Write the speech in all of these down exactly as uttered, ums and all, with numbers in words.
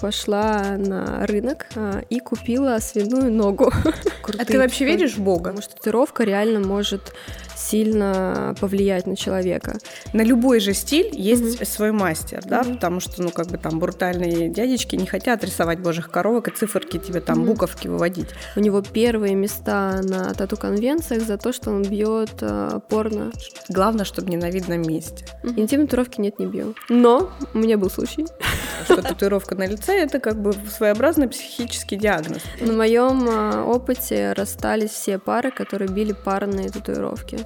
пошла на рынок а, и купила свиную ногу. А ты вообще веришь в Бога? Потому что татуировка реально может сильно повлиять на человека. На любой же стиль есть mm-hmm. свой мастер, да, mm-hmm. потому что, ну, как бы там брутальные дядечки не хотят рисовать божьих коровок и циферки тебе там mm-hmm. буковки выводить. У него первые места на тату-конвенциях за то, что он бьет э, порно. Главное, чтобы не на видном месте. Mm-hmm. Интимной татуировки нет, не бью. Но у меня был случай. Что татуировка на лице — это как бы своеобразный психический диагноз. На моем э, опыте расстались все пары, которые били парные татуировки.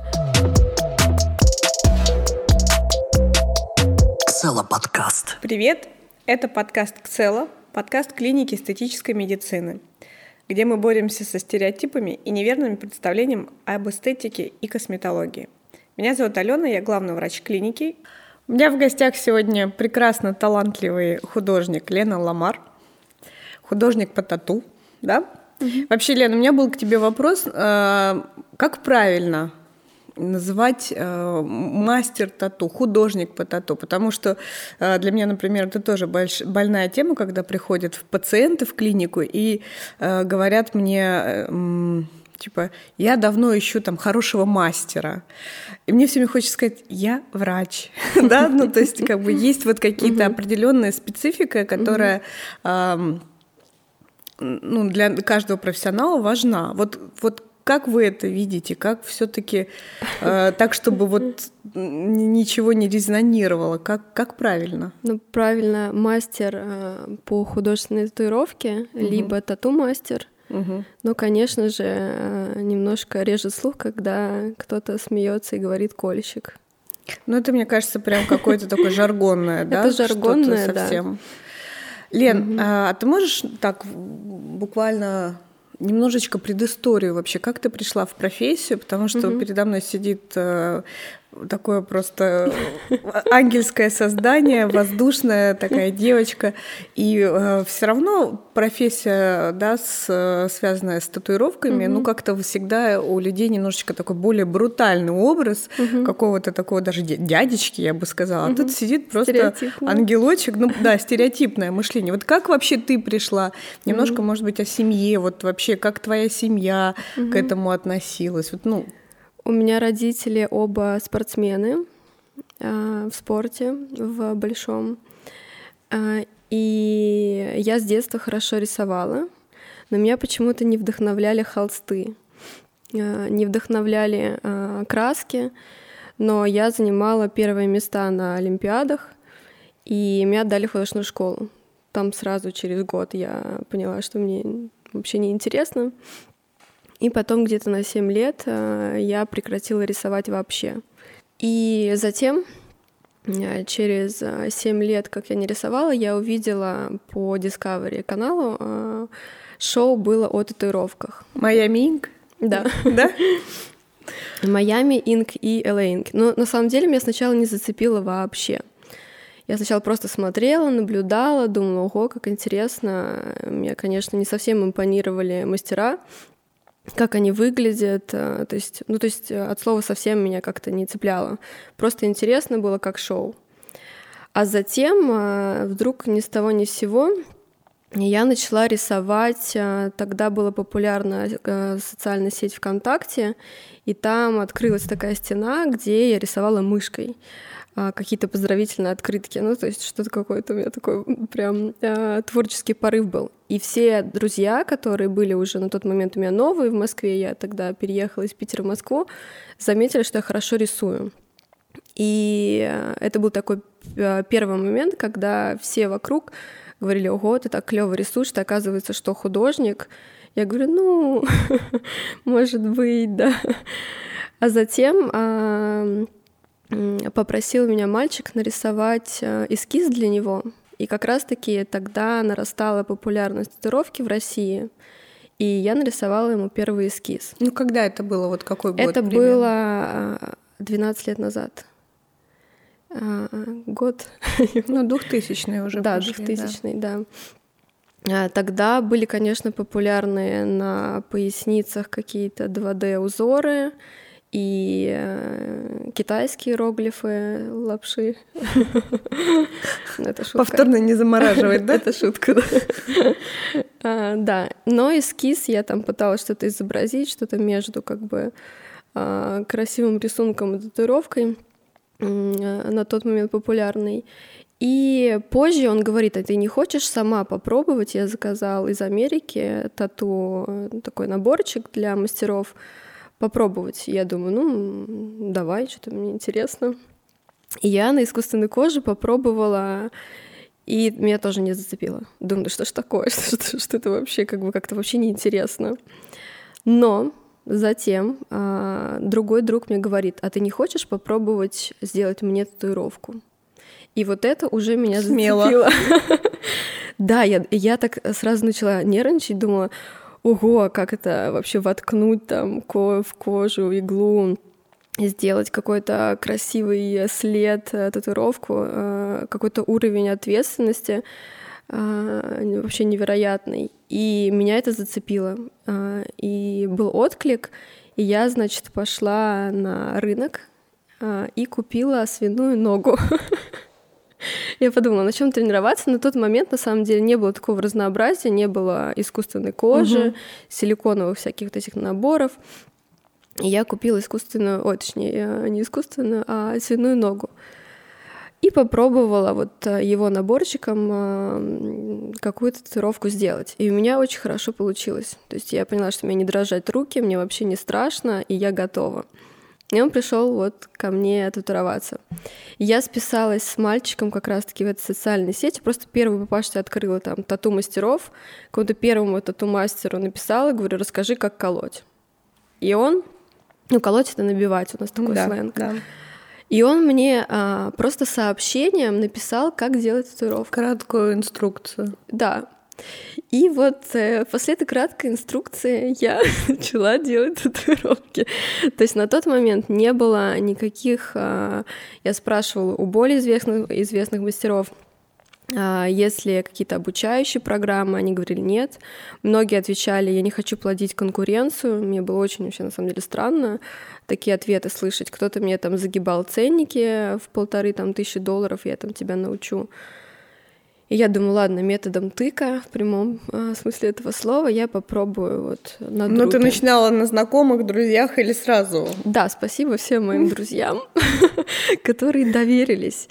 Ксела подкаст. Привет, это подкаст Ксела, подкаст клиники эстетической медицины, где мы боремся со стереотипами и неверными представлениями об эстетике и косметологии. Меня зовут Алена, я главный врач клиники. У меня в гостях сегодня прекрасно талантливый художник Лена Ламар, художник по тату, да? Mm-hmm. Вообще, Лена, у меня был к тебе вопрос, э, как правильно называть э, мастер тату, художник по тату, потому что э, для меня, например, это тоже больш, больная тема, когда приходят пациенты в клинику и э, говорят мне, э, типа, я давно ищу там хорошего мастера, и мне все время хочется сказать, я врач, да, ну то есть как бы есть вот какие-то определенная специфика, которая ну, для каждого профессионала важна. Вот, вот как вы это видите? Как все-таки э, так, чтобы вот ничего не резонировало? Как, как правильно? Ну, правильно, мастер э, по художественной татуировке, угу. либо тату-мастер. Угу. Но, конечно же, э, немножко режет слух, когда кто-то смеется и говорит «кольщик». Ну, это, мне кажется, прям какое-то такое жаргонное, да? Это жаргонное, что-то совсем. Да. Лен, mm-hmm. а ты можешь так буквально немножечко предысторию вообще, как ты пришла в профессию, потому что mm-hmm. передо мной сидит э, такое просто ангельское создание, воздушная такая девочка, и э, все равно профессия, да, с, связанная с татуировками, mm-hmm. ну как-то всегда у людей немножечко такой более брутальный образ mm-hmm. какого-то такого даже дядечки, я бы сказала, mm-hmm. а тут сидит просто ангелочек, ну да, стереотипное мышление. Вот как вообще ты пришла? Немножко, mm-hmm. может быть, о семье, вот вообще, как твоя семья mm-hmm. к этому относилась? Вот, ну, у меня родители оба спортсмены э, в спорте, в большом. Э, и я с детства хорошо рисовала, но меня почему-то не вдохновляли холсты, э, не вдохновляли э, краски, но я занимала первые места на олимпиадах, и меня отдали в художественную школу. Там сразу через год я поняла, что мне вообще не интересно. И потом где-то на семь лет я прекратила рисовать вообще. И затем, через семь лет, как я не рисовала, я увидела по Discovery каналу, шоу было о татуировках. Miami Ink? Да. Да? Miami Ink и эл эй Ink. Но на самом деле меня сначала не зацепило вообще. Я сначала просто смотрела, наблюдала, думала, ого, как интересно. Мне, конечно, не совсем импонировали мастера, как они выглядят, то есть, ну, то есть от слова совсем меня как-то не цепляло. Просто интересно было, как шоу. А затем вдруг ни с того ни с сего я начала рисовать. Тогда была популярна социальная сеть ВКонтакте, и там открылась такая стена, где я рисовала мышкой какие-то поздравительные открытки, ну, то есть что-то какое-то у меня такой прям э, творческий порыв был. И все друзья, которые были уже на тот момент у меня новые в Москве, я тогда переехала из Питера в Москву, заметили, что я хорошо рисую. И это был такой первый момент, когда все вокруг говорили, ого, ты так клёво рисуешь, ты, оказывается, что художник. Я говорю, ну, может быть, да. А затем... Э, попросил меня мальчик нарисовать эскиз для него. И как раз-таки тогда нарастала популярность татуировки в России. И я нарисовала ему первый эскиз. Ну, когда это было? Вот какой год? Это примерно? было двенадцать лет назад. Год. Ну, двухтысячные уже да, пошли. двухтысячные, да. да. Тогда были, конечно, популярны на поясницах какие-то два дэ-узоры. и э, китайские иероглифы лапши. Это шутка. Повторно не замораживать, да? Это шутка, да. Да, но эскиз я там пыталась что-то изобразить, что-то между как бы красивым рисунком и татуировкой, на тот момент популярный. И позже он говорит: а ты не хочешь сама попробовать? Я заказал из Америки тату, такой наборчик для мастеров, попробовать. Я думаю, ну, давай, что-то мне интересно. И я на искусственной коже попробовала, и меня тоже не зацепило. Думаю, да что ж такое, что, что, что это вообще как бы как-то вообще неинтересно. Но затем а, другой друг мне говорит: а ты не хочешь попробовать сделать мне татуировку? И вот это уже меня Смело. зацепило. Да, я, я так сразу начала нервничать, думала: ого, как это вообще воткнуть там ко- в кожу иглу, сделать какой-то красивый след, татуировку, какой-то уровень ответственности вообще невероятный. И меня это зацепило. И был отклик, и я, значит, пошла на рынок и купила свиную ногу. Я подумала, на чем тренироваться. На тот момент, на самом деле, не было такого разнообразия, не было искусственной кожи, угу. силиконовых всяких вот этих наборов. И я купила искусственную, ой, точнее, не искусственную, а свиную ногу. И попробовала вот его наборчиком какую-то татуировку сделать. И у меня очень хорошо получилось. То есть я поняла, что мне не дрожат руки, мне вообще не страшно, и я готова. И он пришел вот ко мне татуироваться. Я списалась с мальчиком как раз-таки в этой социальной сети. Просто первую по почте открыла там тату-мастеров. Какому-то первому тату-мастеру написала, говорю: расскажи, как колоть. И он... Ну, колоть — это набивать, у нас такой да, сленг. Да. И он мне а, просто сообщением написал, как делать татуировку. Краткую инструкцию. Да. И вот э, после этой краткой инструкции я начала делать татуировки. То есть на тот момент не было никаких... Э, я спрашивала у более известных, известных мастеров, э, есть ли какие-то обучающие программы, они говорили нет. Многие отвечали: я не хочу плодить конкуренцию. Мне было очень вообще на самом деле странно такие ответы слышать. Кто-то мне там загибал ценники в полторы там, тысячи долларов, я там тебя научу. И я думаю, ладно, методом тыка, в прямом э, смысле этого слова, я попробую вот на друге. Ну, ты начинала на знакомых, друзьях или сразу? Да, спасибо всем моим друзьям, которые доверились.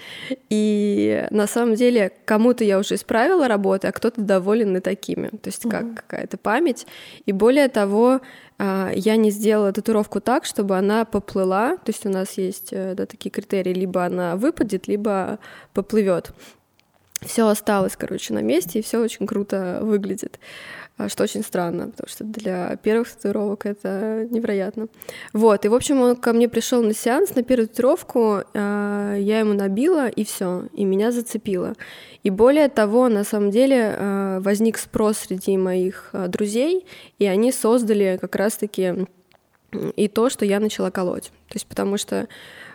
И на самом деле кому-то я уже исправила работы, а кто-то доволен и такими. То есть как какая-то память. И более того, я не сделала татуировку так, чтобы она поплыла. То есть у нас есть да, такие критерии: либо она выпадет, либо поплывет. Все осталось, короче, на месте, и все очень круто выглядит, что очень странно, потому что для первых татуировок это невероятно. Вот, и, в общем, он ко мне пришел на сеанс, на первую татуировку я ему набила, и все, и меня зацепило. И более того, на самом деле возник спрос среди моих друзей, и они создали как раз-таки и то, что я начала колоть. То есть потому что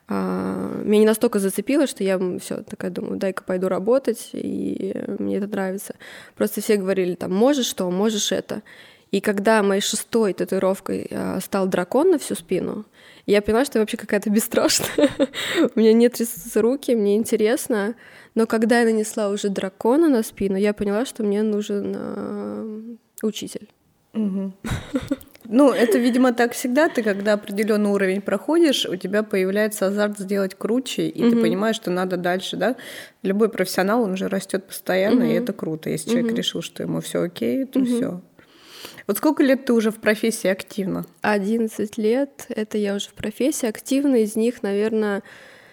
Uh, меня не настолько зацепило, что я все такая думаю, дай-ка пойду работать, и мне это нравится. Просто все говорили, там, можешь то, можешь это. И когда моей шестой татуировкой uh, стал дракон на всю спину, я поняла, что я вообще какая-то бесстрашная. У меня не трясутся руки, мне интересно. Но когда я нанесла уже дракона на спину, я поняла, что мне нужен uh, учитель. Угу. Ну, это, видимо, так всегда. Ты, когда определенный уровень проходишь, у тебя появляется азарт сделать круче, и mm-hmm. ты понимаешь, что надо дальше, да? Любой профессионал, он же растет постоянно, mm-hmm. и это круто. Если mm-hmm. человек решил, что ему все окей, то mm-hmm. все. Вот сколько лет ты уже в профессии активна? одиннадцать лет. Это я уже в профессии активна. Из них, наверное,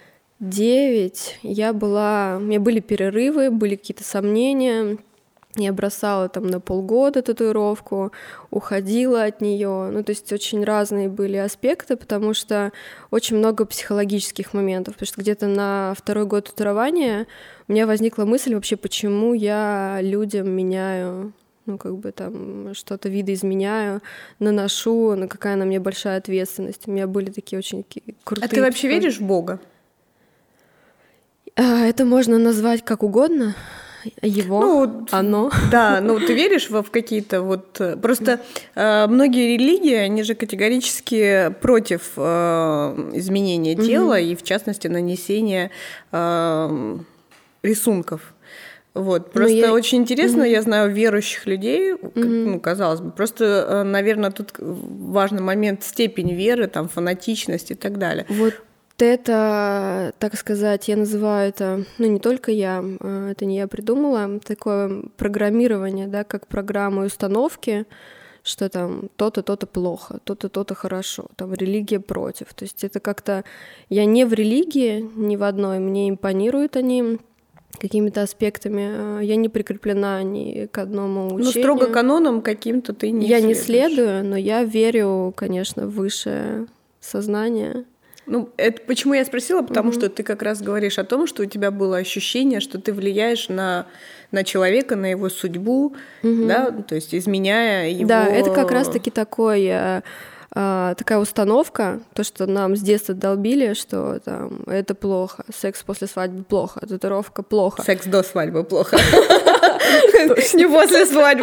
девять. Я была... У меня были перерывы, были какие-то сомнения. Я бросала там на полгода татуировку, уходила от нее. Ну, то есть очень разные были аспекты, потому что очень много психологических моментов. Потому что где-то на второй год татуирования у меня возникла мысль вообще, почему я людям меняю, ну, как бы там что-то видоизменяю, наношу, на какая на мне большая ответственность. У меня были такие очень крутые... А ты вообще веришь в Бога? Это можно назвать как угодно. Его, ну, оно. Да, ну ты веришь во в какие-то вот... Просто э, многие религии, они же категорически против э, изменения mm-hmm. тела и, в частности, нанесения э, рисунков. Вот. Просто я... очень интересно, mm-hmm. я знаю верующих людей, mm-hmm. ну, казалось бы, просто, наверное, тут важный момент степень веры, там, фанатичность и так далее. Вот. Это, так сказать, я называю это, ну не только я, это не я придумала, такое программирование, да, как программы установки, что там то-то, то-то плохо, то-то, то-то хорошо, там религия против. То есть это как-то... Я не в религии, ни в одной, мне импонируют они какими-то аспектами, я не прикреплена ни к одному учению. Ну, строго канонам каким-то ты не Я следуешь. не следую, но я верю, конечно, в высшее сознание. Ну, это почему я спросила, потому mm-hmm. что ты как раз говоришь о том, что у тебя было ощущение, что ты влияешь на, на человека, на его судьбу, mm-hmm. да, то есть изменяя его... Да, это как раз-таки такой, э, э, такая установка, то, что нам с детства долбили, что там, это плохо, секс после свадьбы плохо, татуировка плохо. Секс до свадьбы плохо. Не после свадьбы.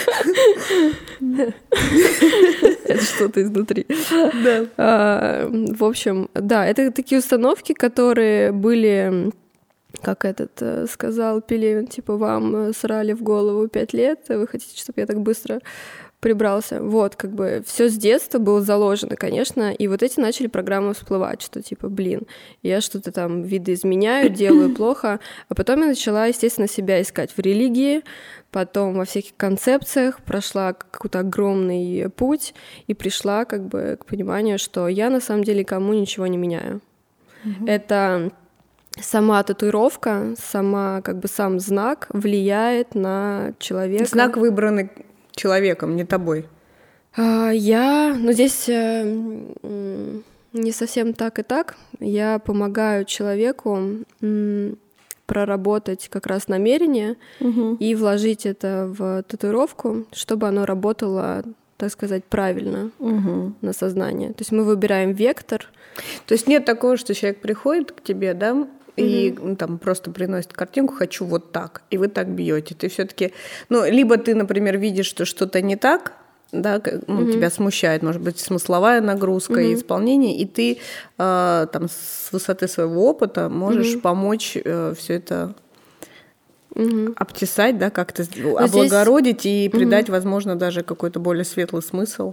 Это что-то изнутри. Да. А, в общем, да, это такие установки, которые были, как этот сказал Пелевин, типа, вам срали в голову пять лет, вы хотите, чтобы я так быстро прибрался. Вот, как бы все с детства было заложено, конечно, и вот эти начали программы всплывать, что типа, блин, я что-то там видоизменяю, делаю плохо, а потом я начала, естественно, себя искать в религии, потом во всяких концепциях, прошла какой-то огромный путь и пришла как бы к пониманию, что я на самом деле кому ничего не меняю. Mm-hmm. Это сама татуировка, сама как бы сам знак влияет на человека. Знак выбранный человеком, не тобой. А, я, ну здесь э, не совсем так и так. Я помогаю человеку м, проработать как раз намерение угу. и вложить это в татуировку, чтобы оно работало, так сказать, правильно угу. на сознание. То есть мы выбираем вектор. То есть нет такого, что человек приходит к тебе, да, и ну, там просто приносит картинку, хочу вот так, и вы так бьете. Ты все-таки, ну, либо ты, например, видишь, что что-то не так, да, ну, mm-hmm. тебя смущает, может быть, смысловая нагрузка mm-hmm. и исполнение, и ты э, там с высоты своего опыта можешь mm-hmm. помочь э, все это mm-hmm. обтесать, да, как-то Но облагородить здесь... и придать, mm-hmm. возможно, даже какой-то более светлый смысл.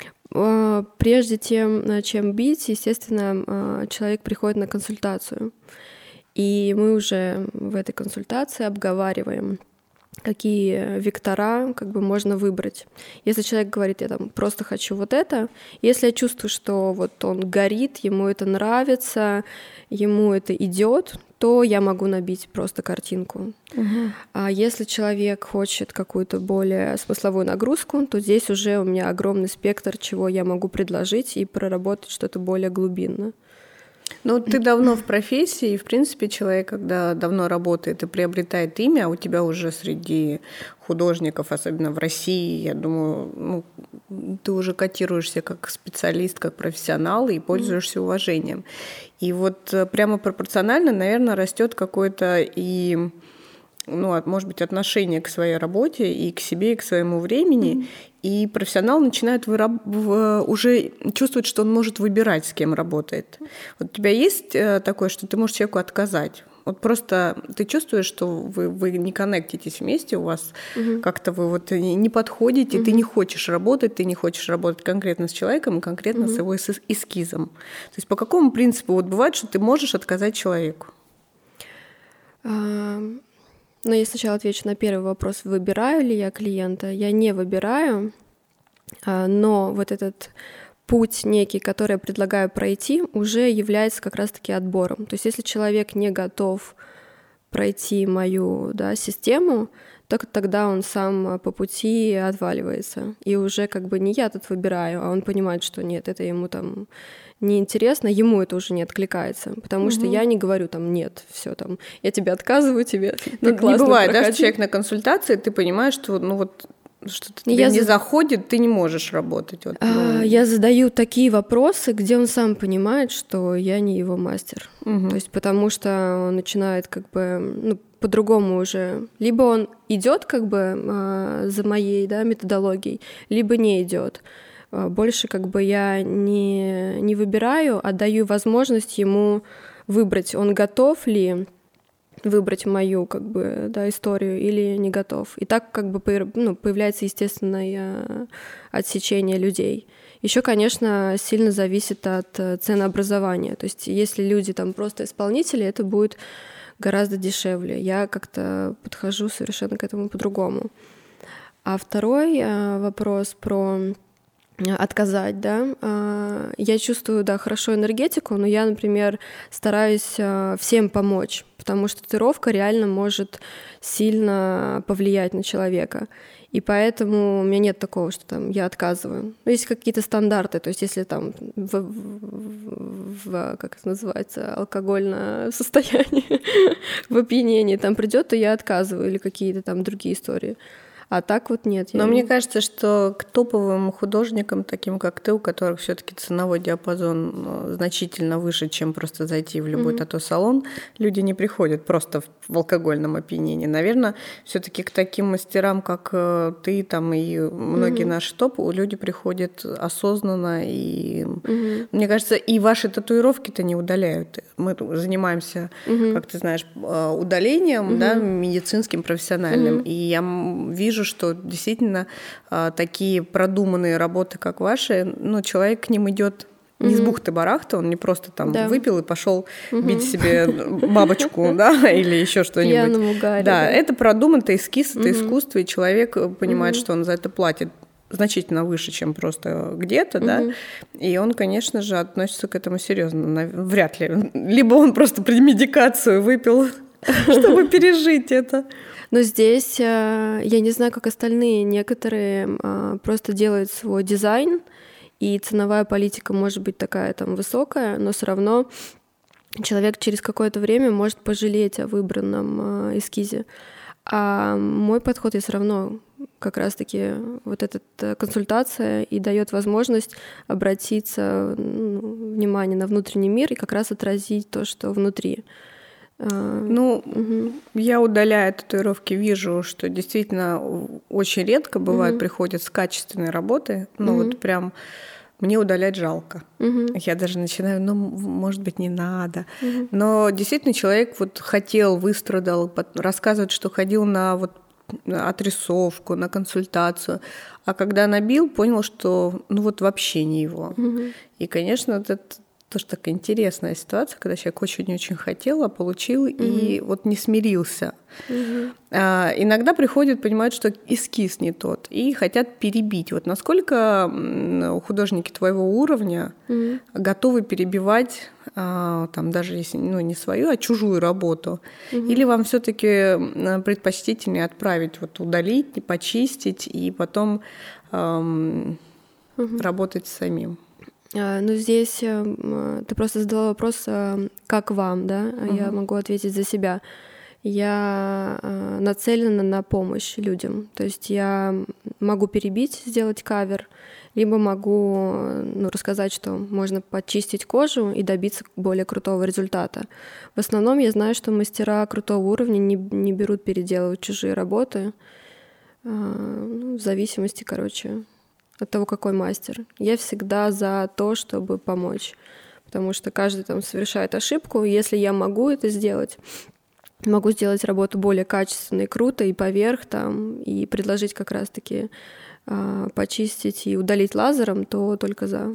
Прежде тем, чем бить, естественно, человек приходит на консультацию. И мы уже в этой консультации обговариваем, какие вектора как бы можно выбрать. Если человек говорит, я там просто хочу вот это, если я чувствую, что вот он горит, ему это нравится, ему это идет, то я могу набить просто картинку. Угу. А если человек хочет какую-то более смысловую нагрузку, то здесь уже у меня огромный спектр, чего я могу предложить и проработать что-то более глубинно. Ну, ты давно в профессии, и, в принципе, человек, когда давно работает и приобретает имя, а у тебя уже среди художников, особенно в России, я думаю, ну, ты уже котируешься как специалист, как профессионал и пользуешься уважением. И вот прямо пропорционально, наверное, растет какое-то и... ну, может быть, отношение к своей работе и к себе, и к своему времени, mm-hmm. и профессионал начинает выраб- в, уже чувствовать, что он может выбирать, с кем работает. Вот у тебя есть такое, что ты можешь человеку отказать? Вот просто ты чувствуешь, что вы, вы не коннектитесь вместе, у вас mm-hmm. как-то вы вот не подходите, mm-hmm. ты не хочешь работать, ты не хочешь работать конкретно с человеком, конкретно mm-hmm. с его эскизом. То есть по какому принципу вот бывает, что ты можешь отказать человеку? Um... Но я сначала отвечу на первый вопрос, выбираю ли я клиента. Я не выбираю, но вот этот путь некий, который я предлагаю пройти, уже является как раз-таки отбором. То есть если человек не готов пройти мою, да, систему, то тогда он сам по пути отваливается. И уже как бы не я тут выбираю, а он понимает, что нет, это ему там неинтересно, ему это уже не откликается, потому угу. что я не говорю там нет, все там, я тебе отказываю, тебе ну, не бывает, да, что человек на консультации, ты понимаешь, что ну вот что-то тебе я не за... заходит, ты не можешь работать. Вот, ну... Я задаю такие вопросы, где он сам понимает, что я не его мастер. Угу. То есть потому что он начинает как бы... Ну, по-другому уже. Либо он идет как бы э, за моей, да, методологией, либо не идет. Больше как бы я не, не выбираю, а даю возможность ему выбрать, он готов ли выбрать мою как бы, да, историю или не готов. И так как бы ну, появляется естественное отсечение людей. Еще, конечно, сильно зависит от ценообразования. То есть если люди там просто исполнители, это будет гораздо дешевле. Я как-то подхожу совершенно к этому по-другому. А второй вопрос про отказать, да. Я чувствую, да, хорошо энергетику, но я, например, стараюсь всем помочь, потому что татуировка реально может сильно повлиять на человека. И поэтому у меня нет такого, что там я отказываю. Но есть какие-то стандарты, то есть если там в, в, в как это называется, алкогольное состояние, в опьянении там придет, то я отказываю, или какие-то там другие истории. А так вот нет. Но я... мне кажется, что к топовым художникам, таким как ты, у которых все-таки ценовой диапазон значительно выше, чем просто зайти в любой mm-hmm. тату-салон, люди не приходят просто в алкогольном опьянении. Наверное, все-таки к таким мастерам, как ты там и многие mm-hmm. наши топы, люди приходят осознанно. И mm-hmm. мне кажется, и ваши татуировки-то не удаляют. Мы занимаемся, mm-hmm. как ты знаешь, удалением, mm-hmm. да, медицинским, профессиональным. Mm-hmm. И я вижу, что действительно а, такие продуманные работы, как ваши, ну, человек к ним идет не mm-hmm. с бухты-барахты, он не просто там да. выпил и пошел mm-hmm. бить себе бабочку, да, или еще что-нибудь. Пьяному Гарри. Да, да, это продуман, это эскиз, это mm-hmm. искусство, и человек понимает, mm-hmm. что он за это платит значительно выше, чем просто где-то, mm-hmm. да, и он, конечно же, относится к этому серьезно. Вряд ли. Либо он просто предмедикацию выпил, чтобы пережить это. Но здесь, я не знаю, как остальные, некоторые просто делают свой дизайн, и ценовая политика может быть такая там высокая, но все равно человек через какое-то время может пожалеть о выбранном эскизе. А мой подход, я все равно как раз-таки вот эта консультация и дает возможность обратиться, ну, внимание на внутренний мир и как раз отразить то, что внутри. Ну, угу. я, удаляя татуировки, вижу, что действительно очень редко бывает, угу. приходят с качественной работы. Ну, угу. вот прям мне удалять жалко. Угу. Я даже начинаю, ну, может быть, не надо. Угу. Но действительно человек вот хотел, выстрадал, рассказывает, что ходил на вот отрисовку, на консультацию. А когда набил, понял, что ну вот вообще не его. Угу. И, конечно, это тоже такая интересная ситуация, когда человек очень-очень хотел, а получил, угу. и вот не смирился. Угу. А, иногда приходят, понимают, что эскиз не тот, и хотят перебить. Вот насколько художники твоего уровня угу. готовы перебивать, а, там, даже если ну, не свою, а чужую работу? Угу. Или вам все-таки предпочтительнее отправить, вот, удалить, почистить, и потом эм, угу. работать самим? Ну, здесь ты просто задала вопрос, как вам, да? Uh-huh. Я могу ответить за себя. Я нацелена на помощь людям. То есть я могу перебить, сделать кавер, либо могу ну, рассказать, что можно почистить кожу и добиться более крутого результата. В основном я знаю, что мастера крутого уровня не, не берут переделывать чужие работы. Ну, в зависимости, короче, от того, какой мастер. Я всегда за то, чтобы помочь, потому что каждый там совершает ошибку. Если я могу это сделать, могу сделать работу более качественной, круто и поверх там, и предложить как раз-таки э, почистить и удалить лазером, то только за.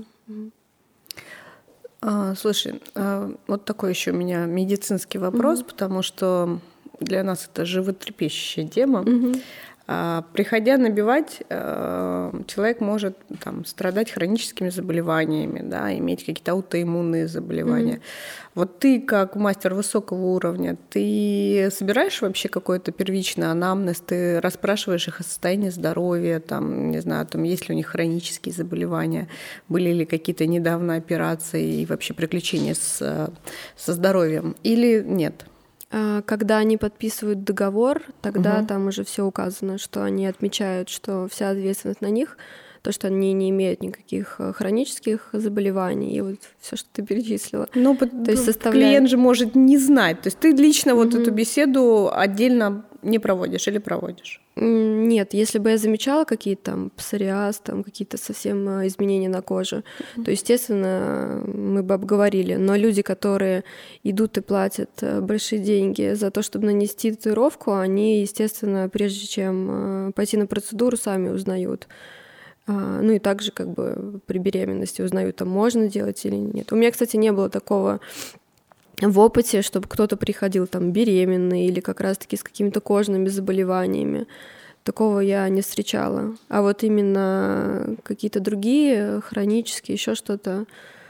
А, слушай, а, вот такой еще у меня медицинский вопрос, mm-hmm. потому что для нас это животрепещущая тема. Mm-hmm. Приходя набивать, человек может там, страдать хроническими заболеваниями, да, иметь какие-то аутоиммунные заболевания. Mm-hmm. Вот ты, как мастер высокого уровня, ты собираешь вообще какой-то первичный анамнез, ты расспрашиваешь их о состоянии здоровья, там, не знаю, там, есть ли у них хронические заболевания, были ли какие-то недавно операции и вообще приключения с, со здоровьем, или нет? Когда они подписывают договор, тогда угу. там уже все указано, что они отмечают, что вся ответственность на них. то, что они не имеют никаких хронических заболеваний, и вот все, что ты перечислила. Ну, то есть составляет... клиент же может не знать. То есть ты лично mm-hmm. вот эту беседу отдельно не проводишь или проводишь? Нет, если бы я замечала какие-то там псориаз, там какие-то совсем изменения на коже, mm-hmm. то, естественно, мы бы обговорили. Но люди, которые идут и платят большие деньги за то, чтобы нанести татуировку, они, естественно, прежде чем пойти на процедуру, сами узнают. Ну и также как бы при беременности узнают, там можно делать или нет. У меня, кстати, не было такого в опыте, чтобы кто-то приходил там беременный или как раз-таки с какими-то кожными заболеваниями. Такого я не встречала. А вот именно какие-то другие, хронические, еще что-то,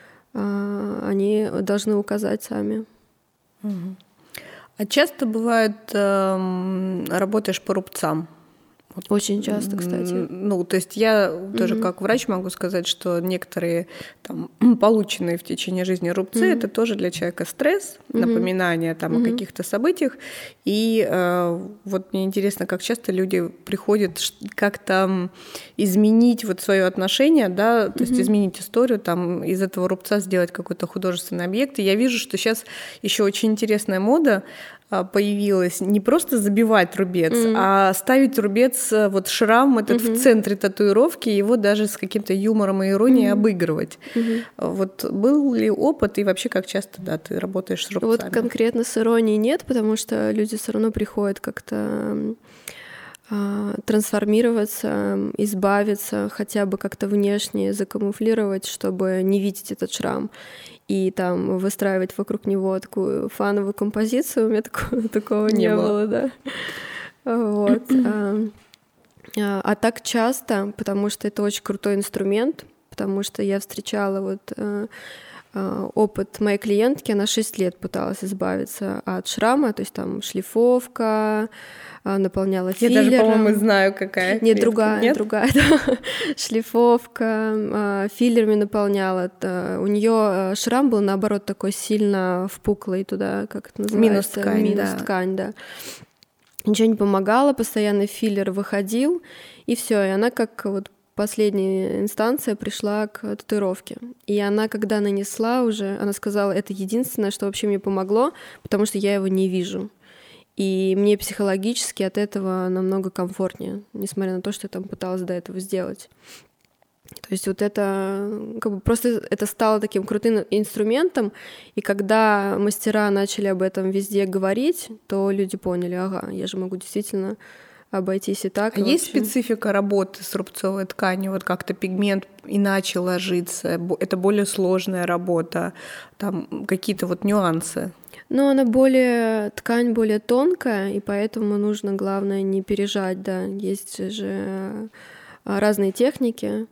они должны указать сами. Угу. А часто бывает, э, работаешь по рубцам? Очень часто, кстати. Ну, то есть я тоже mm-hmm. как врач могу сказать, что некоторые там, полученные в течение жизни рубцы, mm-hmm. это тоже для человека стресс, mm-hmm. напоминание там, mm-hmm. о каких-то событиях. И э, вот мне интересно, как часто люди приходят как-то изменить вот свое отношение, да, то mm-hmm. есть изменить историю, там, из этого рубца сделать какой-то художественный объект. И я вижу, что сейчас еще очень интересная мода появилась не просто забивать рубец, mm-hmm. а ставить рубец, вот шрам этот mm-hmm. в центре татуировки, его даже с каким-то юмором и иронией mm-hmm. обыгрывать. Mm-hmm. Вот был ли опыт и вообще как часто, да, ты работаешь с рубцами? Вот конкретно с иронией нет, потому что люди все равно приходят как-то а, трансформироваться, избавиться, хотя бы как-то внешне закамуфлировать, чтобы не видеть этот шрам. И там выстраивать вокруг него такую фановую композицию. У меня такого, такого не, не было, было да. Вот. а, а, а так часто, потому что это очень крутой инструмент, потому что я встречала вот а, а, опыт моей клиентки, она шесть лет пыталась избавиться от шрама, то есть там шлифовка, наполняла я филлером. Я даже, по-моему, знаю, какая. Нет, другая, Нет? другая, да. Шлифовка, филлерами наполняла. У нее шрам был, наоборот, такой сильно впуклый туда, как это называется? Минус ткань, Минус да. ткань, да. Ничего не помогало, постоянно филлер выходил, и все. И она как вот последняя инстанция пришла к татуировке. И она, когда нанесла уже, она сказала, это единственное, что вообще мне помогло, потому что я его не вижу. И мне психологически от этого намного комфортнее, несмотря на то, что я там пыталась до этого сделать. То есть вот это как бы просто это стало таким крутым инструментом, и когда мастера начали об этом везде говорить, то люди поняли, ага, я же могу действительно обойтись и так. А и есть вообще специфика работы с рубцовой тканью? Вот как-то пигмент иначе ложится, это более сложная работа, там какие-то вот нюансы? Но она более, ткань более тонкая, и поэтому нужно, главное, не пережать, да, есть же разные техники,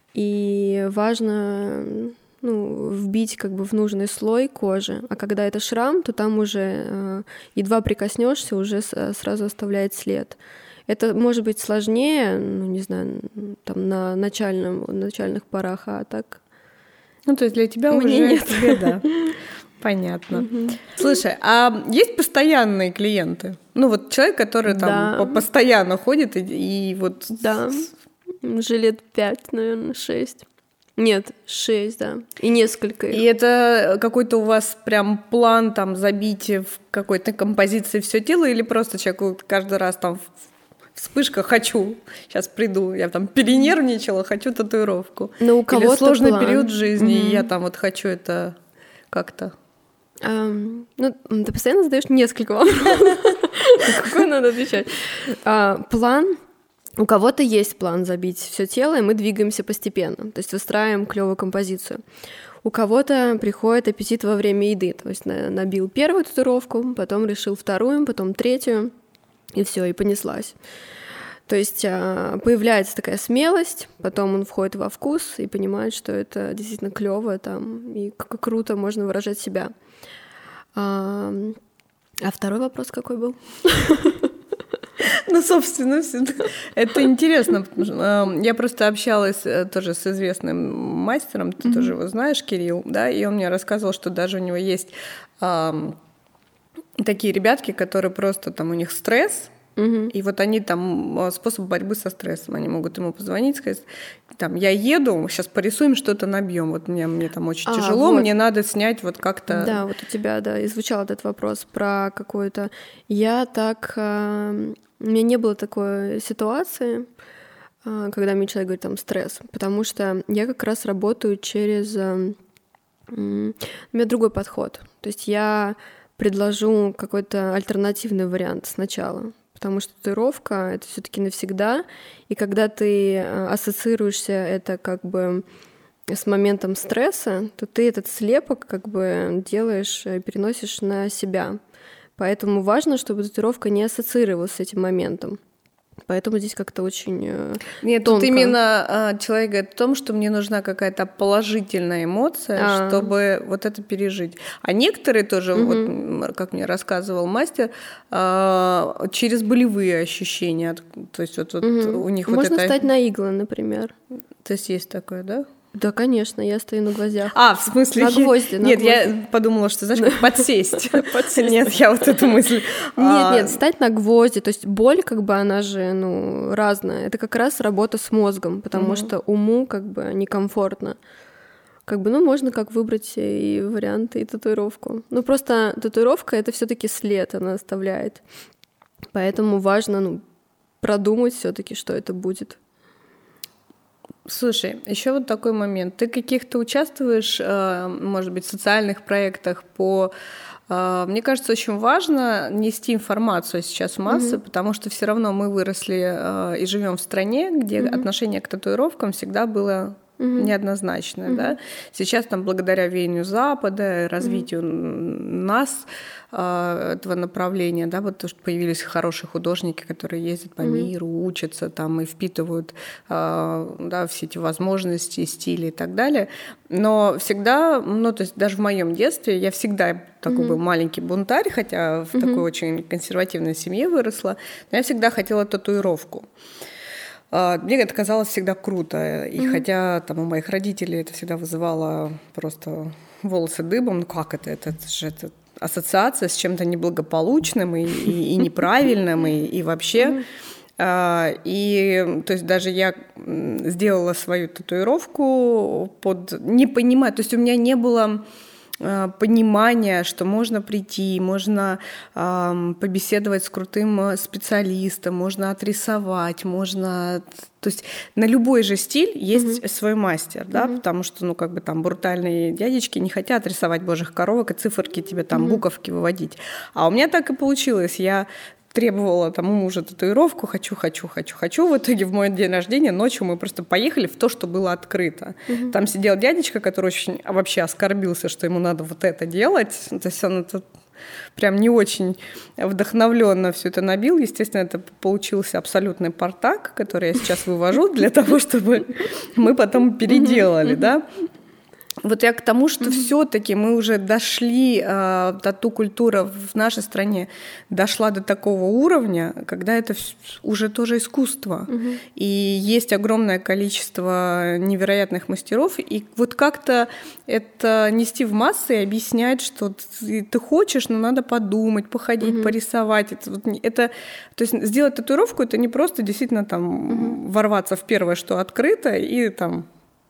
и важно, ну, вбить как бы в нужный слой кожи, а когда это шрам, то там уже едва прикоснешься, уже сразу оставляет след. Это может быть сложнее, ну, не знаю, там на начальном, начальных порах, а так... Ну, то есть для тебя Мне уже нет. Тебе, да. Понятно. Угу. Слушай, а есть постоянные клиенты? Ну вот человек, который там да. постоянно ходит и, и вот... Да, уже лет пять, наверное, шесть. Нет, шесть, да. И несколько их. И это какой-то у вас прям план там забить в какой-то композиции все тело, или просто человек каждый раз там вспышка «хочу», сейчас приду, я там перенервничала, хочу татуировку. Но у кого-то или сложный план. период жизни, Mm-hmm. и я там вот хочу это как-то... Um, ну, ты постоянно задаешь несколько вопросов. Какой надо отвечать? Uh, план. У кого-то есть план забить все тело, и мы двигаемся постепенно, то есть выстраиваем клевую композицию. У кого-то приходит аппетит во время еды, то есть набил первую татуировку, потом решил вторую, потом третью, и все, и понеслась. То есть появляется такая смелость, потом он входит во вкус и понимает, что это действительно клево там, и как круто можно выражать себя. А, а второй вопрос какой был? Ну, собственно, это интересно. Я просто общалась тоже с известным мастером, ты тоже его знаешь, Кирилл, да, и он мне рассказывал, что даже у него есть такие ребятки, которые просто там у них стресс, Угу. И вот они там способ борьбы со стрессом. Они могут ему позвонить, сказать, там, я еду, сейчас порисуем, что-то набьем. Вот мне, мне там очень а, тяжело, вот. Мне надо снять вот как-то... Да, вот у тебя, да, и звучал этот вопрос про какую-то... Я так... Э... У меня не было такой ситуации, э, когда мне человек говорит там стресс, потому что я как раз работаю через... Э... У меня другой подход. То есть я предложу какой-то альтернативный вариант сначала, потому что татуировка — это все-таки навсегда, и когда ты ассоциируешься это как бы с моментом стресса, то ты этот слепок как бы делаешь, переносишь на себя. Поэтому важно, чтобы татуировка не ассоциировалась с этим моментом. Поэтому здесь как-то очень э, Нет, тонко. Тут именно э, человек говорит о том, что мне нужна какая-то положительная эмоция, А-а-а. чтобы вот это пережить. А некоторые тоже, угу. вот, как мне рассказывал мастер, э, через болевые ощущения. То есть вот, вот угу. у них Можно вот это... встать на иглы, например. То есть есть такое, да? Да, конечно, я стою на гвоздях. А, в смысле? На гвозди. На нет, гвозди. Я подумала, что, знаешь, как подсесть. Нет, я вот эту мысль... Нет, нет, встать на гвозди. То есть боль, как бы, она же, ну, разная. Это как раз работа с мозгом, потому что уму, как бы, некомфортно. Как бы, ну, можно как выбрать и варианты, и татуировку. Ну, просто татуировка — это все-таки след, она оставляет. Поэтому важно, ну, продумать все-таки, что это будет. Слушай, еще вот такой момент. Ты каких-то участвуешь, может быть, в социальных проектах по... Мне кажется, очень важно нести информацию сейчас в массы, mm-hmm. потому что все равно мы выросли и живем в стране, где mm-hmm. отношение к татуировкам всегда было mm-hmm. неоднозначное. Mm-hmm. Да? Сейчас там благодаря веянию Запада, развитию mm-hmm. нас, этого направления, да, вот то, что появились хорошие художники, которые ездят по mm-hmm. миру, учатся там и впитывают да, все эти возможности, стили и так далее. Но всегда, ну, то есть даже в моем детстве я всегда такой mm-hmm. был маленький бунтарь, хотя в mm-hmm. такой очень консервативной семье выросла, но я всегда хотела татуировку. Мне это казалось всегда круто, и mm-hmm. хотя там у моих родителей это всегда вызывало просто волосы дыбом, ну как это, это, это же это ассоциация с чем-то неблагополучным и, и, и неправильным, и, и вообще. Mm-hmm. А, и, то есть, даже я сделала свою татуировку под... Не понимая, то есть, у меня не было а, понимания, что можно прийти, можно а, побеседовать с крутым специалистом, можно отрисовать, можно... То есть на любой же стиль есть mm-hmm. свой мастер, да, mm-hmm. потому что, ну, как бы там брутальные дядечки не хотят рисовать божьих коровок и циферки тебе там mm-hmm. буковки выводить. А у меня так и получилось. Я требовала там у мужа татуировку, хочу, хочу, хочу, хочу. В итоге в мой день рождения ночью мы просто поехали в то, что было открыто. Mm-hmm. Там сидел дядечка, который очень вообще оскорбился, что ему надо вот это делать. То есть он это... прям не очень вдохновленно все это набил. Естественно, это получился абсолютный портак, который я сейчас вывожу для того, чтобы мы потом переделали, да. Вот я к тому, что mm-hmm. все-таки мы уже дошли, э, тату-культура в нашей стране дошла до такого уровня, когда это уже тоже искусство. Mm-hmm. И есть огромное количество невероятных мастеров. И вот как-то это нести в массы и объяснять, что ты, ты хочешь, но надо подумать, походить, mm-hmm. порисовать. Это, вот, это, то есть сделать татуировку — это не просто действительно там mm-hmm. ворваться в первое, что открыто, и там...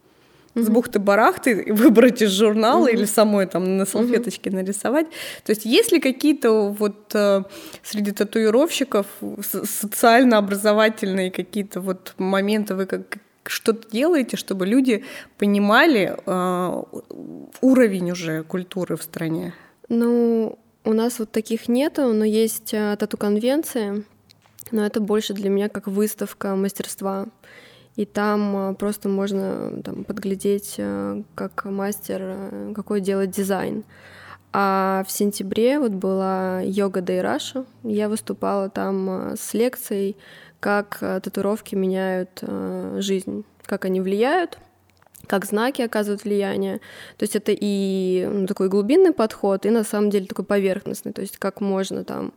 с бухты-барахты выбрать из журнала mm-hmm. или самой там на салфеточке mm-hmm. нарисовать. То есть есть ли какие-то вот э, среди татуировщиков социально-образовательные какие-то вот моменты, вы как что-то делаете, чтобы люди понимали э, уровень уже культуры в стране? Ну, у нас вот таких нету, но есть э, тату-конвенция, но это больше для меня как выставка мастерства. И там просто можно там подглядеть, как мастер, какой делает дизайн. А в сентябре вот была Yoga Day Russia. Я выступала там с лекцией, как татуировки меняют жизнь, как они влияют, как знаки оказывают влияние. То есть это и ну, такой глубинный подход, и на самом деле такой поверхностный. То есть как можно там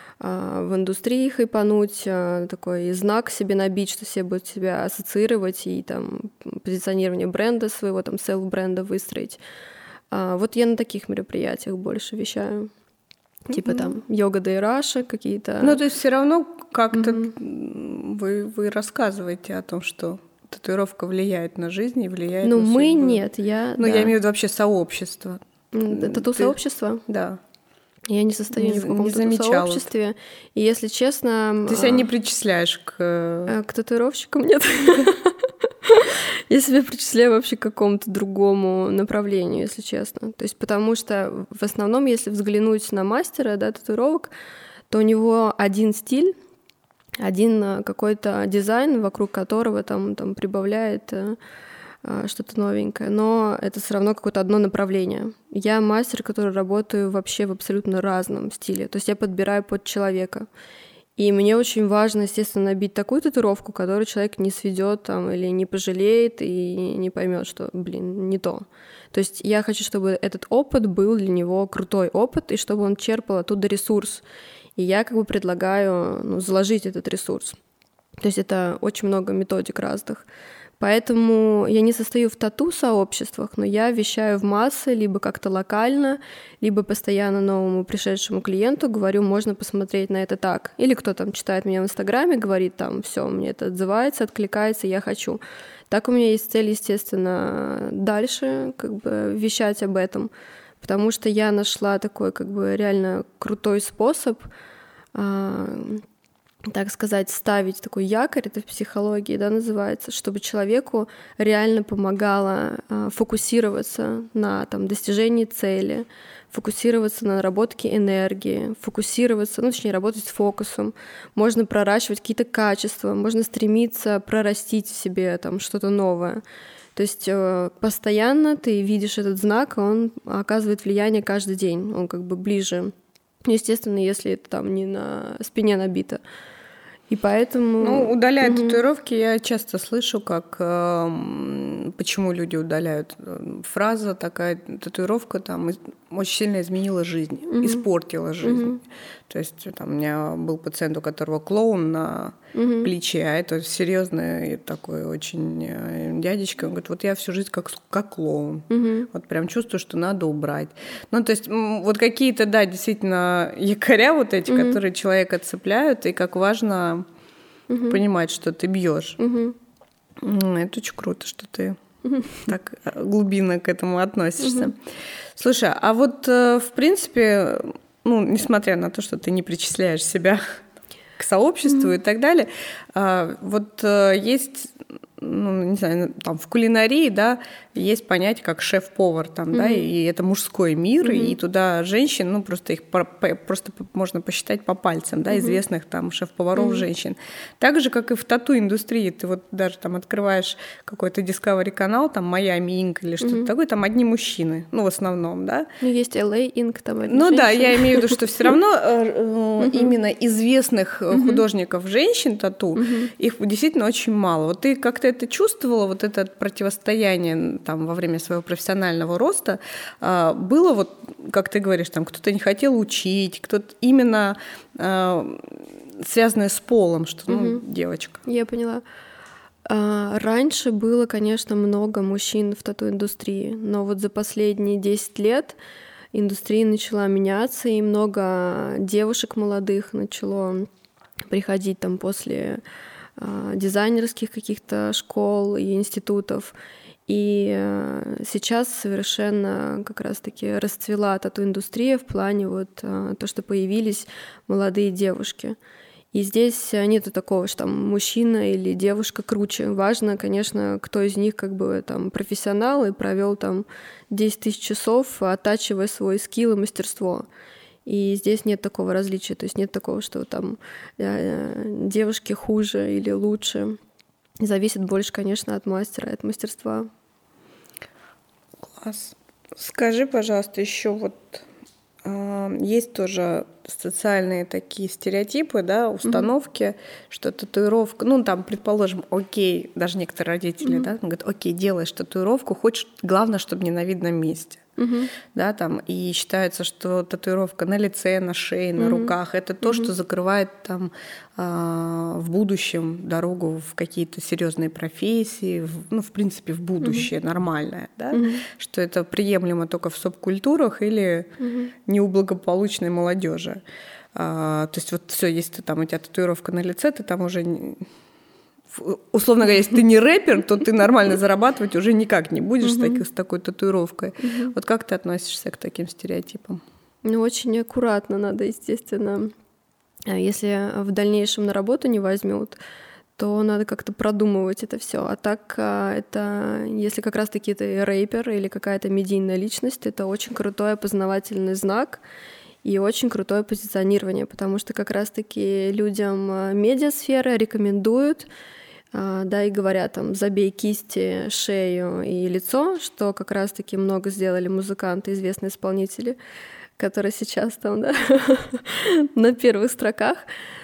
в индустрии хайпануть, такой знак себе набить, что все будут себя ассоциировать, и там позиционирование бренда своего, там селф-бренда выстроить. Вот я на таких мероприятиях больше вещаю. Типа mm-hmm. там йога дайраша какие-то. Ну, то есть все равно как-то mm-hmm. вы, вы рассказываете о том, что татуировка влияет на жизнь и влияет ну, на судьбу. Ну, мы нет, я... Ну, да. я имею в виду вообще сообщество. Тату-сообщество? Да. Я не состою не, ни в каком-то сообществе. И, если честно... Ты себя не причисляешь к... К татуировщикам? Нет. Я себя причисляю вообще к какому-то другому направлению, если честно. То есть потому что в основном, если взглянуть на мастера, да, татуировок, то у него один стиль, один какой-то дизайн, вокруг которого там, там прибавляет что-то новенькое, но это все равно какое-то одно направление. Я мастер, который работаю вообще в абсолютно разном стиле, то есть я подбираю под человека. И мне очень важно, естественно, набить такую татуировку, которую человек не сведет там, или не пожалеет и не поймет, что, блин, не то. То есть я хочу, чтобы этот опыт был для него крутой опыт, и чтобы он черпал оттуда ресурс. И я как бы предлагаю ну, заложить этот ресурс. То есть это очень много методик разных. Поэтому я не состою в тату-сообществах, но я вещаю в массы, либо как-то локально, либо постоянно новому пришедшему клиенту говорю, можно посмотреть на это так. Или кто там читает меня в Инстаграме, говорит там, все, мне это отзывается, откликается, я хочу. Так у меня есть цель, естественно, дальше как бы вещать об этом, потому что я нашла такой как бы реально крутой способ, так сказать, ставить такой якорь, это в психологии, да, называется, чтобы человеку реально помогало э, фокусироваться на там, достижении цели, фокусироваться на наработке энергии, фокусироваться, ну, точнее, работать с фокусом. Можно проращивать какие-то качества, можно стремиться прорастить в себе там что-то новое. То есть э, постоянно ты видишь этот знак, он оказывает влияние каждый день, он как бы ближе. Естественно, если это там не на спине набито. И поэтому... Ну, удаляя угу. татуировки, я часто слышу, как э, почему люди удаляют. Фраза такая, татуировка там очень сильно изменила жизнь, угу. испортила жизнь. Угу. То есть там у меня был пациент, у которого клоун на угу. плече, а это серьезный такой очень дядечка. Он говорит, вот я всю жизнь как, как клоун. Угу. Вот прям чувствую, что надо убрать. Ну, то есть вот какие-то, да, действительно якоря вот эти, угу. которые человека цепляют, и как важно угу. понимать, что ты бьешь. Угу. Это очень круто, что ты угу. так глубинно к этому относишься. Угу. Слушай, а вот в принципе... Ну, несмотря на то, что ты не причисляешь себя к сообществу mm-hmm. и так далее, вот есть, ну, не знаю, там в кулинарии, да, есть понятие как шеф-повар, там, mm-hmm. да, и это мужской мир, mm-hmm. и туда женщин, ну, просто их просто можно посчитать по пальцам, да, mm-hmm. известных там шеф-поваров mm-hmm. женщин. Так же, как и в тату-индустрии, ты вот даже там открываешь какой-то Discovery канал, там Miami Ink или что-то mm-hmm. такое, там одни мужчины, ну, в основном, да. Ну, есть эл эй Ink, там одни Ну, женщины. да, я имею в виду, что все равно mm-hmm. именно известных mm-hmm. художников женщин тату, mm-hmm. их действительно очень мало. Вот ты как-то это чувствовала, вот это противостояние там, во время своего профессионального роста, было вот, как ты говоришь, там кто-то не хотел учить, кто-то именно связанное с полом, что ну, угу. девочка. Я поняла. Раньше было, конечно, много мужчин в тату-индустрии, но вот за последние десять лет индустрия начала меняться, и много девушек молодых начало приходить там после дизайнерских каких-то школ и институтов. И сейчас совершенно как раз-таки расцвела тату-индустрия в плане вот то, что появились молодые девушки. И здесь нету такого, что там мужчина или девушка круче. Важно, конечно, кто из них как бы там профессионал и провел там десять тысяч часов, оттачивая свой скилл и мастерство. И здесь нет такого различия, то есть нет такого, что там девушки хуже или лучше. Зависит больше, конечно, от мастера, от мастерства. Класс. Скажи, пожалуйста, еще вот э, есть тоже социальные такие стереотипы, да, установки, mm-hmm. что татуировка, ну там, предположим, окей, даже некоторые родители, mm-hmm. да, говорят, окей, делаешь татуировку, хочешь, главное, чтобы не на видном месте. Uh-huh. Да, там, и считается, что татуировка на лице, на шее, на uh-huh. руках — это то, uh-huh. что закрывает там, э, в будущем дорогу в какие-то серьезные профессии, в, ну, в принципе, в будущее uh-huh. нормальное, да? uh-huh. что это приемлемо только в субкультурах или uh-huh. не у благополучной молодежи. А, то есть вот все, если там у тебя татуировка на лице, ты там уже... Условно говоря, если ты не рэпер, то ты нормально зарабатывать уже никак не будешь uh-huh. с, такой, с такой татуировкой. Uh-huh. Вот как ты относишься к таким стереотипам? Ну, очень аккуратно надо, естественно. Если в дальнейшем на работу не возьмут, то надо как-то продумывать это все. А так, это, если как раз-таки ты рэпер или какая-то медийная личность, это очень крутой опознавательный знак и очень крутое позиционирование, потому что как раз-таки людям медиасферы рекомендуют, да, и говорят, там, забей кисти, шею и лицо, что как раз-таки много сделали музыканты, известные исполнители, которые сейчас там, да, на первых строках,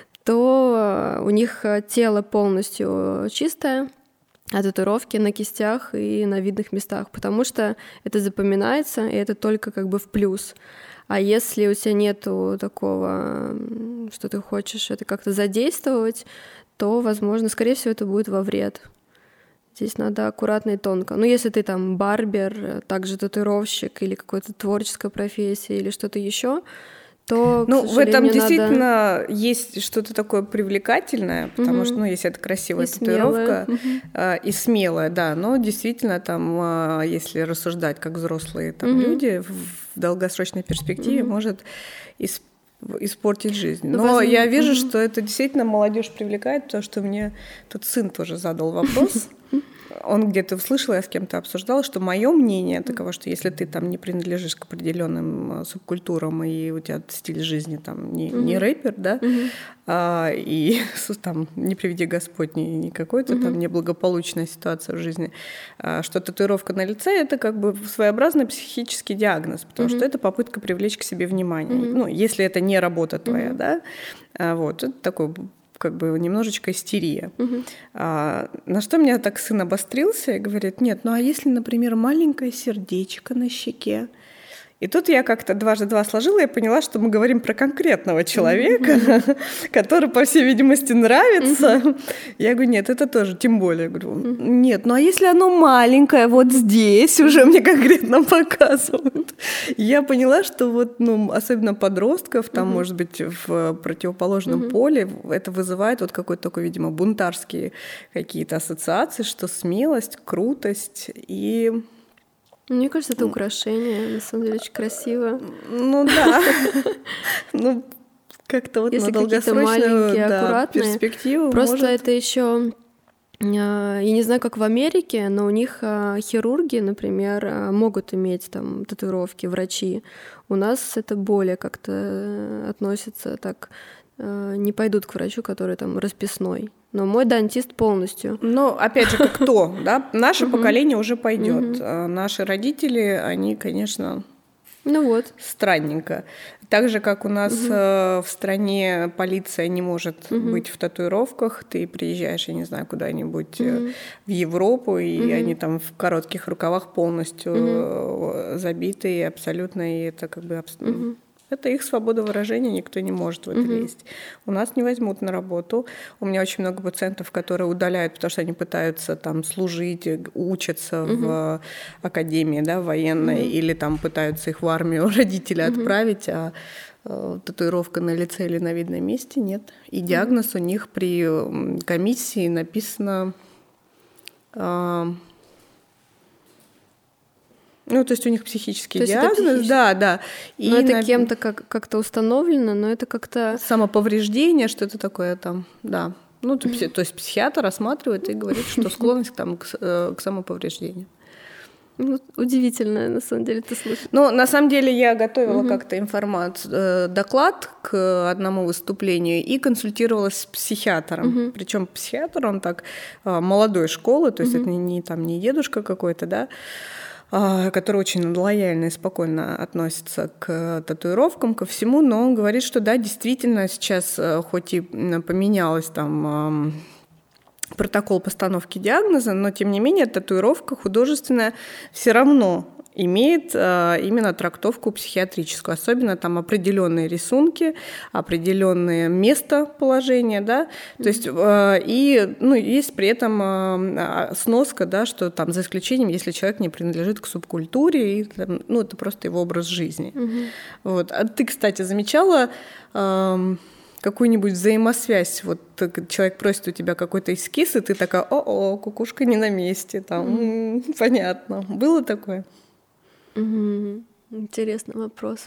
то у них тело полностью чистое, а татуировки на кистях и на видных местах, потому что это запоминается, и это только как бы в плюс. А если у тебя нету такого, что ты хочешь это как-то задействовать, то, возможно, скорее всего, это будет во вред. Здесь надо аккуратно и тонко. Ну, если ты там барбер, также татуировщик или какая-то творческая профессия или что-то еще, то, ну, в этом надо... действительно есть что-то такое привлекательное, потому угу. что, ну, если это красивая и татуировка угу. э, и смелая, да, но действительно там, э, если рассуждать как взрослые там, угу. люди, в, в долгосрочной перспективе угу. может исп- испортить жизнь. Но Возможно. я вижу, угу. что это действительно молодежь привлекает, потому что мне тут сын тоже задал вопрос. Он где-то услышал, я с кем-то обсуждала, что мое мнение таково, что если ты там не принадлежишь к определенным субкультурам и у тебя стиль жизни там не, mm-hmm. не рэпер, да, mm-hmm. а, и там не приведи Господь, не, не какой-то mm-hmm. там неблагополучная ситуация в жизни, а, что татуировка на лице — это как бы своеобразный психический диагноз, потому mm-hmm. что это попытка привлечь к себе внимание. Mm-hmm. Ну, если это не работа твоя, mm-hmm. да, а, вот, это такой как бы немножечко истерия. Угу. А, на что меня так сын обострился и говорит, нет, ну а если, например, маленькое сердечко на щеке? И тут я как-то дважды два сложила и поняла, что мы говорим про конкретного человека, mm-hmm. который, по всей видимости, нравится. Mm-hmm. Я говорю, нет, это тоже, тем более. Я говорю, mm-hmm. нет, ну а если оно маленькое, вот здесь уже мне конкретно показывают. И я поняла, что вот, ну, особенно подростков, там, mm-hmm. может быть, в противоположном mm-hmm. поле, это вызывает вот какой-то такой, видимо, бунтарские какие-то ассоциации, что смелость, крутость и... Мне кажется, это украшение, на самом деле, очень красиво. Ну да. Ну, как-то вот на долгосрочную перспективу. Просто это еще, я не знаю, как в Америке, но у них хирурги, например, могут иметь там татуировки, врачи. У нас это более как-то относится так, не пойдут к врачу, который там расписной. Но мой дантист полностью. Ну, опять же, как кто, да? Наше поколение уже пойдет. Наши родители, они, конечно, ну вот. Странненько. Так же, как у нас в стране полиция не может быть в татуировках, ты приезжаешь, я не знаю, куда-нибудь в Европу, и они там в коротких рукавах полностью забиты, и абсолютно, и это как бы... Это их свобода выражения, никто не может в это uh-huh. лезть. У нас не возьмут на работу. У меня очень много пациентов, которые удаляют, потому что они пытаются там служить, учатся uh-huh. в академии, да, военной, uh-huh. или там пытаются их в армию родители uh-huh. отправить, а э, татуировка на лице или на видном месте нет. И диагноз uh-huh. у них при комиссии написано... Э, Ну, то есть у них психический диагноз, психический... да, да. И но это на... кем-то как- как-то установлено, но это как-то... Самоповреждение, что-то такое там, да. Ну, то, mm-hmm. то есть психиатр рассматривает и говорит, что склонность там, к, к самоповреждению. Ну, удивительно, на самом деле, ты слышишь. Ну, на самом деле, я готовила mm-hmm. как-то информацию, доклад к одному выступлению и консультировалась с психиатром. Mm-hmm. Причем психиатр, он так молодой школы, то есть mm-hmm. это не, не, там, не дедушка какой-то, да, который очень лояльно и спокойно относится к татуировкам, ко всему, но он говорит, что да, действительно сейчас, хоть и поменялось там протокол постановки диагноза, но тем не менее татуировка художественная все равно имеет э, именно трактовку психиатрическую, особенно там определенные рисунки, определенное местоположение, да, mm-hmm. то есть э, и ну, есть при этом э, сноска, да, что там за исключением, если человек не принадлежит к субкультуре, и, там, ну, это просто его образ жизни. Mm-hmm. Вот. А ты, кстати, замечала э, какую-нибудь взаимосвязь? Вот человек просит у тебя какой-то эскиз, и ты такая: о-о, кукушка не на месте, там, mm-hmm. понятно. Было такое? Угу. Интересный вопрос.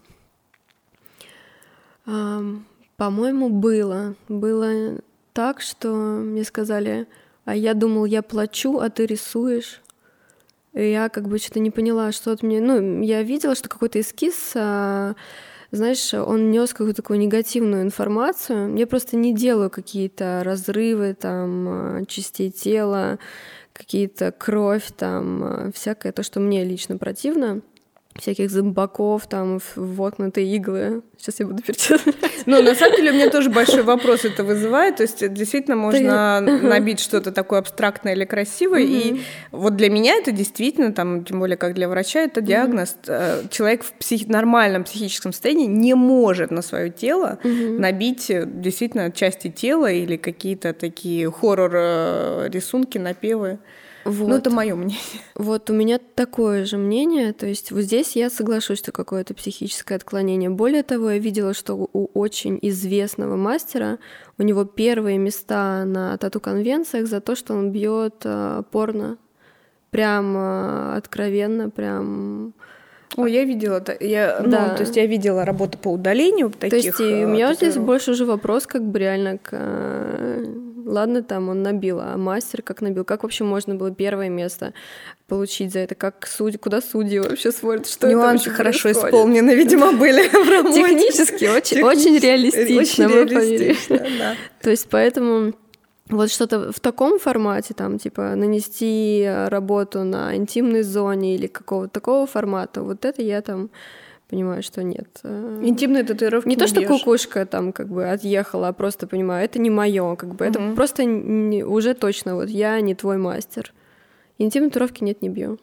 А, по-моему, было. Было так, что мне сказали: а я думал, я плачу, а ты рисуешь. И я как бы что-то не поняла, что от меня... Ну, я видела, что какой-то эскиз, а, знаешь, он нес какую-то такую негативную информацию. Я просто не делаю какие-то разрывы там частей тела, какие-то кровь, там, всякое, то, что мне лично противно. Всяких зомбаков, там, воткнутые иглы. Сейчас я буду перечислять. Ну, на самом деле, у меня тоже большой вопрос это вызывает. То есть, действительно, можно набить что-то такое абстрактное или красивое. И вот для меня это действительно, там, тем более, как для врача, это диагноз. Человек в психи- нормальном психическом состоянии не может на свое тело набить действительно части тела или какие-то такие хоррор-рисунки, напевы. Вот. Ну, это мое мнение. Вот у меня такое же мнение. То есть вот здесь я соглашусь, что какое-то психическое отклонение. Более того, я видела, что у очень известного мастера у него первые места на тату-конвенциях за то, что он бьет а, порно. Прям а, откровенно, прям... О, я видела, я, да. ну, то есть я видела работу по удалению таких. То есть и у меня вот здесь больше уже вопрос как бы реально к... Ладно, там он набил, а мастер как набил? Как вообще можно было первое место получить за это? Как судьи, куда судьи вообще смотрят? Что Нюансы это хорошо происходит? исполнены, видимо, были в работе. Технически очень, очень реалистично, очень реалистично, да. То есть поэтому... Вот что-то в таком формате, там, типа, нанести работу на интимной зоне или какого-то такого формата, вот это я там понимаю, что нет. Интимные татуировки не, не то, что бьешь. Кукушка там как бы отъехала, а просто понимаю, это не мое, как бы, угу. Это просто не, уже точно вот я не твой мастер. Интимные татуировки нет, не бью.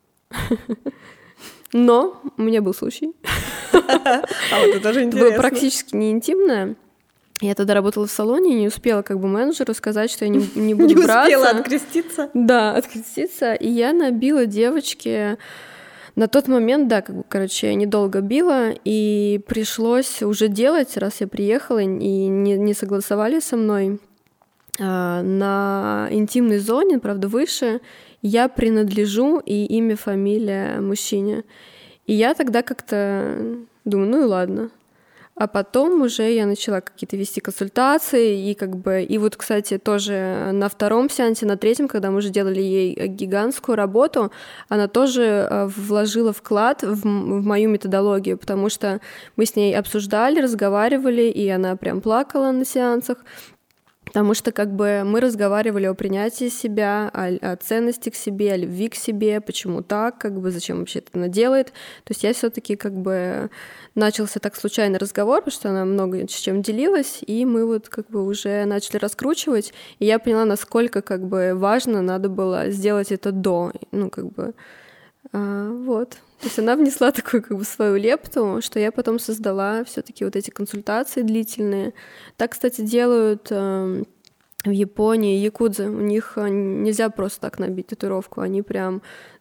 Но у меня был случай. А вот это тоже интересно. Это было практически не интимное. Я тогда работала в салоне и не успела как бы менеджеру сказать, что я не, не буду не браться. Не успела откреститься? Да, откреститься. И я набила девочке... На тот момент, да, как бы, короче, я недолго била, и пришлось уже делать, раз я приехала, и не, не согласовали со мной. А, на интимной зоне, правда, выше, я принадлежу, и имя, фамилия мужчине. И я тогда как-то думаю, ну и ладно. А потом уже я начала какие-то вести консультации, и как бы, и вот, кстати, тоже на втором сеансе, на третьем, когда мы уже делали ей гигантскую работу, она тоже вложила вклад в, в мою методологию, потому что мы с ней обсуждали, разговаривали, и она прям плакала на сеансах, потому что как бы мы разговаривали о принятии себя, о, о ценности к себе, о любви к себе, почему так, как бы зачем вообще это она делает. То есть я все-таки как бы начался так случайный разговор, потому что она много с чем делилась, и мы вот как бы уже начали раскручивать, и я поняла, насколько как бы важно надо было сделать это до, ну как бы а, вот. То есть она внесла такую как бы свою лепту, что я потом создала все-таки вот эти консультации длительные. Так, кстати, делают э, в Японии якудзы. У них нельзя просто так набить татуировку. Они прям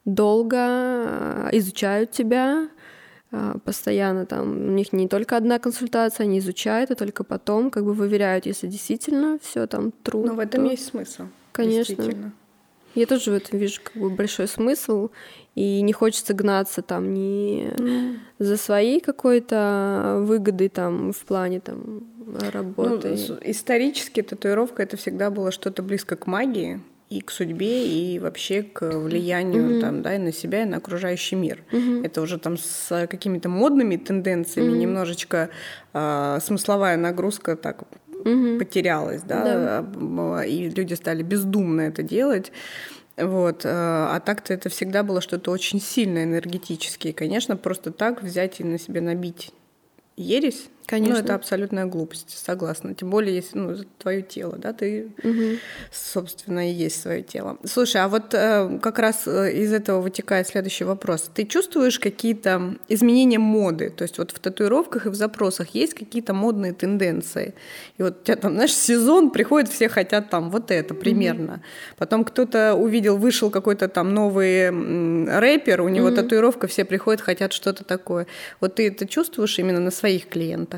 долго изучают тебя, э, постоянно там. У них не только одна консультация, они изучают, и только потом как бы выверяют, если действительно все там true. Но в этом то... есть смысл. Конечно. Я тоже в этом вижу как бы большой смысл, и не хочется гнаться там ни mm. за своей какой-то выгодой там в плане там работы. Ну, исторически татуировка — это всегда было что-то близко к магии и к судьбе, и вообще к влиянию mm-hmm. там, да, и на себя, и на окружающий мир. Mm-hmm. Это уже там с какими-то модными тенденциями mm-hmm. немножечко э, смысловая нагрузка так угу. потерялась, да? да, и люди стали бездумно это делать. Вот. А так-то это всегда было что-то очень сильно энергетическое. И, конечно, просто так взять и на себе набить ересь, Конечно. Ну, это абсолютная глупость, согласна. Тем более, если ну, твое тело, да, ты, угу. собственно, и есть свое тело. Слушай, а вот э, как раз из этого вытекает следующий вопрос. Ты чувствуешь какие-то изменения моды? То есть вот в татуировках и в запросах есть какие-то модные тенденции? И вот у тебя там, знаешь, сезон приходит, все хотят там вот это примерно. Угу. Потом кто-то увидел, вышел какой-то там новый м, рэпер, у него угу. татуировка, все приходят, хотят что-то такое. Вот ты это чувствуешь именно на своих клиентах?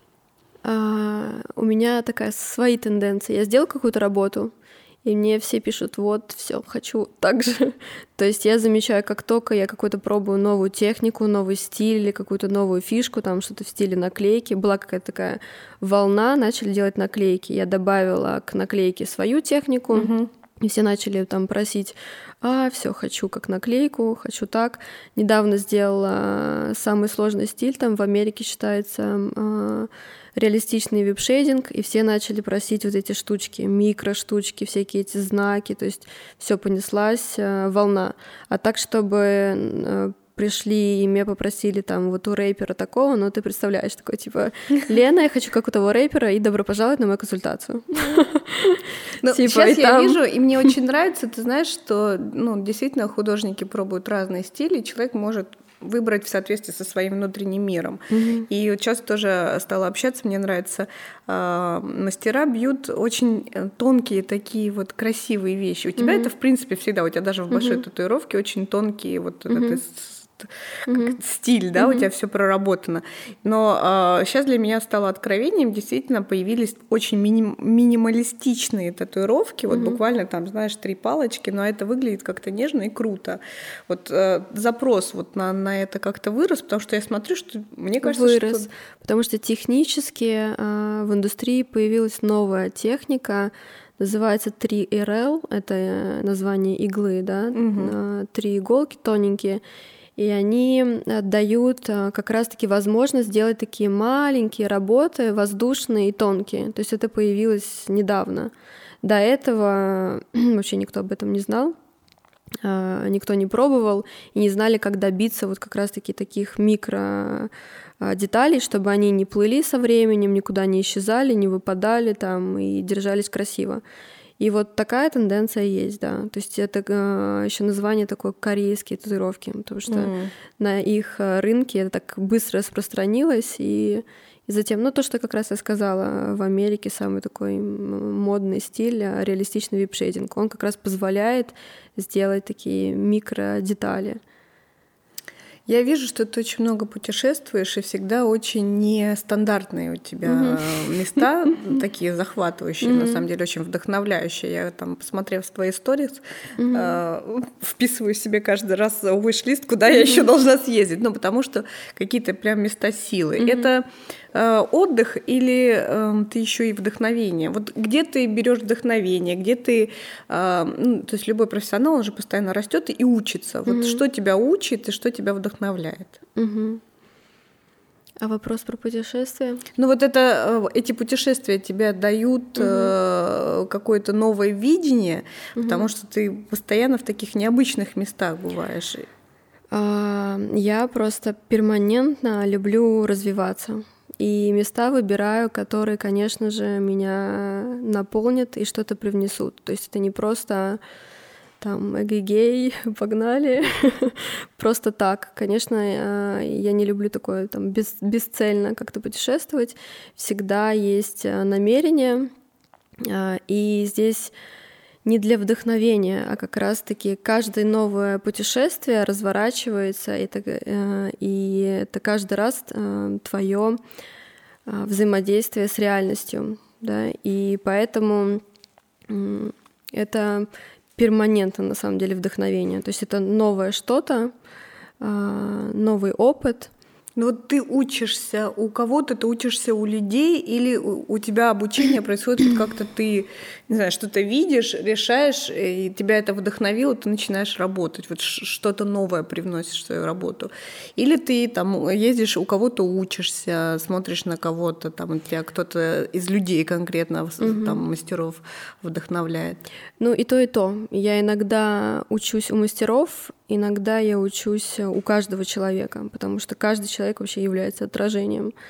А, у меня такая свои тенденции. Я сделала какую-то работу, и мне все пишут: вот, все, хочу так же. То есть я замечаю, как только я какую-то пробую новую технику, новый стиль или какую-то новую фишку, там что-то в стиле наклейки, была какая-то такая волна, начали делать наклейки. Я добавила к наклейке свою технику, угу. и все начали там просить: а, все, хочу как наклейку, хочу так. Недавно сделала самый сложный стиль, там в Америке считается реалистичный вип-шейдинг, и все начали просить вот эти штучки, микроштучки, всякие эти знаки, то есть все понеслась э, волна. А так, чтобы э, пришли и меня попросили там вот у рэпера такого, ну ты представляешь, такой типа: Лена, я хочу как у того рэпера, и добро пожаловать на мою консультацию. Сейчас я вижу, и мне очень нравится, ты знаешь, что действительно художники пробуют разные стили, человек может выбрать в соответствии со своим внутренним миром. Mm-hmm. И вот сейчас тоже стала общаться, мне нравится, э, мастера бьют очень тонкие такие вот красивые вещи. У тебя mm-hmm. это, в принципе, всегда, у тебя даже в большой mm-hmm. татуировке очень тонкие вот mm-hmm. этот как mm-hmm. стиль, да, mm-hmm. у тебя все проработано. Но а, сейчас для меня стало откровением, действительно появились очень миним- минималистичные татуировки, mm-hmm. вот буквально там, знаешь, три палочки, но это выглядит как-то нежно и круто. Вот а, запрос вот на, на это как-то вырос, потому что я смотрю, что мне кажется, вырос, что... потому что технически а, в индустрии появилась новая техника, называется три эр эл, это название иглы, да, mm-hmm. три иголки тоненькие. И они дают как раз-таки возможность сделать такие маленькие работы, воздушные и тонкие. То есть это появилось недавно. До этого вообще никто об этом не знал, никто не пробовал и не знали, как добиться вот как раз-таки таких микро деталей, чтобы они не плыли со временем, никуда не исчезали, не выпадали там и держались красиво. И вот такая тенденция есть, да. То есть это э, еще название такое корейские татуировки, потому что mm. на их рынке это так быстро распространилось, и, и затем, ну то, что как раз я сказала, в Америке самый такой модный стиль, реалистичный вип-шейдинг, он как раз позволяет сделать такие микродетали. Я вижу, что ты очень много путешествуешь, и всегда очень нестандартные у тебя mm-hmm. места, такие захватывающие, mm-hmm. на самом деле, очень вдохновляющие. Я там, посмотрев твои сторис, mm-hmm. э, вписываю себе каждый раз в виш-лист, куда mm-hmm. я еще должна съездить, ну, потому что какие-то прям места силы. Mm-hmm. Это э, отдых или э, ты еще и вдохновение? Вот где ты берешь вдохновение, где ты... Э, ну, то есть любой профессионал, он же постоянно растет и учится. Вот mm-hmm. что тебя учит и что тебя вдохновляет? вдохновляет. Угу. А вопрос про путешествия? Ну вот это, эти путешествия тебе дают угу. э, какое-то новое видение, угу. потому что ты постоянно в таких необычных местах бываешь. А, я просто перманентно люблю развиваться. И места выбираю, которые, конечно же, меня наполнят и что-то привнесут. То есть это не просто... там, эгегей, погнали, просто так. Конечно, я не люблю такое там без, бесцельно как-то путешествовать. Всегда есть намерение, и здесь не для вдохновения, а как раз-таки каждое новое путешествие разворачивается, и это, и это каждый раз твое взаимодействие с реальностью, да, и поэтому это перманентно, на самом деле, вдохновение. То есть это новое что-то, новый опыт. Ну вот ты учишься у кого-то, ты учишься у людей, или у тебя обучение происходит вот как-то ты, не знаю, что-то видишь, решаешь, и тебя это вдохновило, ты начинаешь работать, вот что-то новое привносишь в свою работу. Или ты там ездишь, у кого-то учишься, смотришь на кого-то, там тебя кто-то из людей конкретно, угу. там, мастеров вдохновляет. Ну и то, и то. Я иногда учусь у мастеров, иногда я учусь у каждого человека, потому что каждый человек вообще является отражением.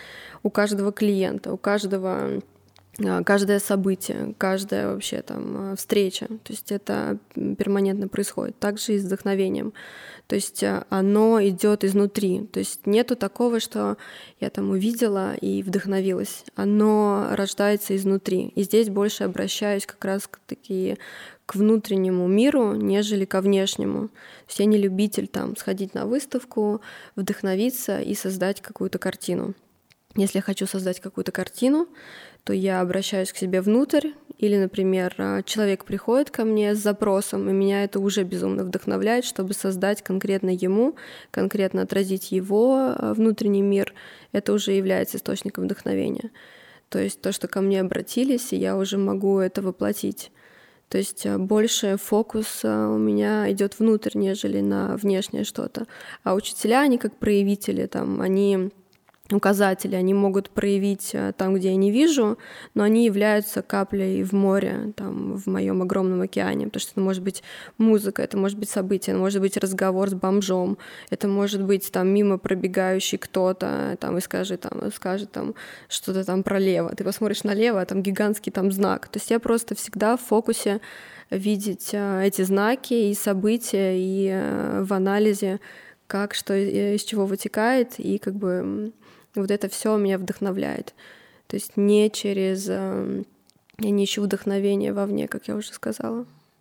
у каждого клиента, у каждого, каждое событие, каждая вообще там встреча. То есть это перманентно происходит. Также и с вдохновением. То есть оно идет изнутри. То есть нету такого, что я там увидела и вдохновилась. Оно рождается изнутри. И здесь больше обращаюсь как раз к таки к внутреннему миру, нежели ко внешнему. То есть я не любитель там сходить на выставку, вдохновиться и создать какую-то картину. Если я хочу создать какую-то картину, то я обращаюсь к себе внутрь, или, например, человек приходит ко мне с запросом, и меня это уже безумно вдохновляет, чтобы создать конкретно ему, конкретно отразить его внутренний мир. Это уже является источником вдохновения. То есть то, что ко мне обратились, и я уже могу это воплотить. То есть больше фокус у меня идет внутрь, нежели на внешнее что-то. А учителя, они как проявители, там, они указатели, они могут проявить там, где я не вижу, но они являются каплей в море, там, в моем огромном океане, потому что это может быть музыка, это может быть событие, это может быть разговор с бомжом, это может быть там мимо пробегающий кто-то там, и скажет, там, скажет там, что-то там пролево. Ты посмотришь налево, а там гигантский там знак. То есть я просто всегда в фокусе видеть эти знаки и события, и в анализе, как, что из чего вытекает, и как бы вот это все меня вдохновляет. То есть не через... Я не ищу вдохновения вовне, как я уже сказала.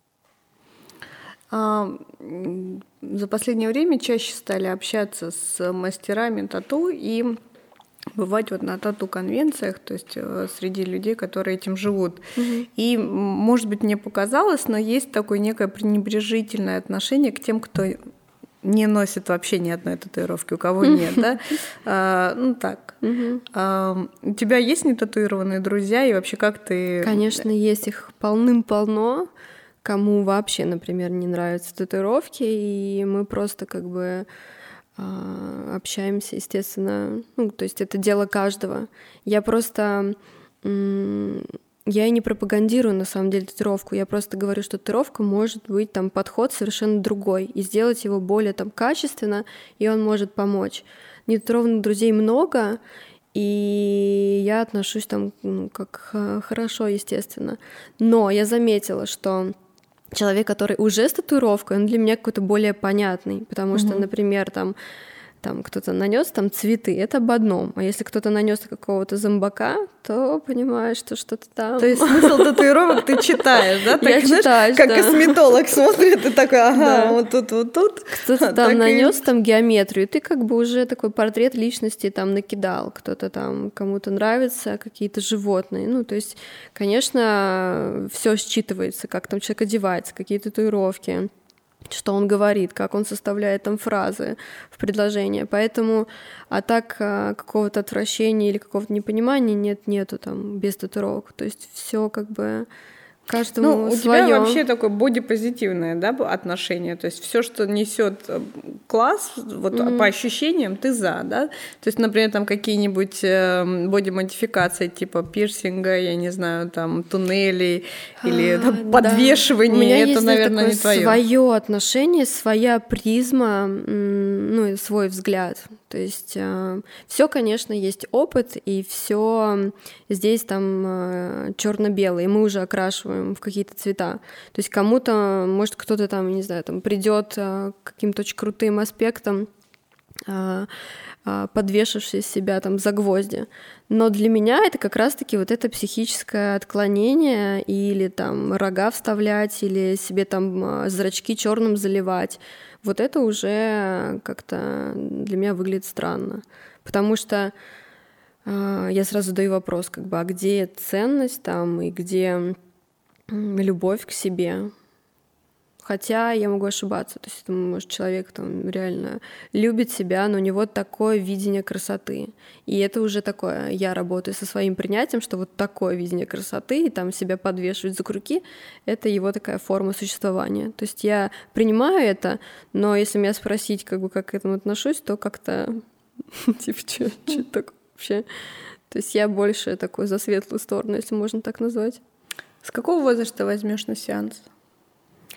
А, за последнее время чаще стали общаться с мастерами тату и бывать вот на тату-конвенциях, то есть среди людей, которые этим живут. Mm-hmm. И, может быть, мне показалось, но есть такое некое пренебрежительное отношение к тем, кто не носит вообще ни одной татуировки, у кого нет, да? А, ну так. А, у тебя есть нетатуированные друзья, и вообще как ты... Конечно, есть, их полным-полно, кому вообще, например, не нравятся татуировки, и мы просто как бы а, общаемся, естественно, ну, то есть это дело каждого. Я просто... М- Я и не пропагандирую, на самом деле, татуировку. Я просто говорю, что татуировка может быть там подход совершенно другой, и сделать его более там качественно, и он может помочь. Нетатуированных друзей много, и я отношусь там ну, как хорошо, естественно. Но я заметила, что человек, который уже с татуировкой, он для меня какой-то более понятный, потому угу. что, например, там там кто-то нанес там цветы, это об одном. А если кто-то нанес какого-то зомбака, то понимаешь, что что-то там. То есть смысл татуировок ты читаешь, да? Я читаю, как косметолог смотрит, и такой, ага, вот тут, вот тут. Кто-то там нанес там геометрию, ты как бы уже такой портрет личности там накидал. Кто-то там, кому-то нравятся какие-то животные. Ну, то есть, конечно, все считывается, как там человек одевается, какие татуировки, что он говорит, как он составляет там фразы в предложении. Поэтому, а так какого-то отвращения или какого-то непонимания нет, нету там без татуировок. То есть все как бы каждому ну, у своё. тебя вообще такое бодипозитивное, да, отношение, то есть все, что несет класс, вот mm-hmm. по ощущениям ты за, да, то есть, например, там какие-нибудь бодимодификации типа пирсинга, я не знаю, там туннелей или а, там, подвешивания, да. У меня это, есть наверное, не твое. Свое отношение, своя призма, ну и свой взгляд. То есть э, все, конечно, есть опыт, и все здесь там э, черно-белое, и мы уже окрашиваем в какие-то цвета. То есть кому-то, может, кто-то там, не знаю, там придет э, к каким-то очень крутым аспектам, э, э, подвешившись себя там за гвозди. Но для меня это как раз-таки вот это психическое отклонение, или там рога вставлять, или себе там зрачки черным заливать. Вот это уже как-то для меня выглядит странно, потому что э, я сразу задаю вопрос, как бы, а где ценность там и где любовь к себе? Хотя я могу ошибаться, то есть, это, может, человек там реально любит себя, но у него такое видение красоты. И это уже такое, я работаю со своим принятием, что вот такое видение красоты, и там себя подвешивать за руки, это его такая форма существования. То есть я принимаю это, но если меня спросить, как бы, как к этому отношусь, то как-то, типа, что такое вообще? То есть я больше такой за светлую сторону, если можно так назвать. С какого возраста возьмешь на сеанс?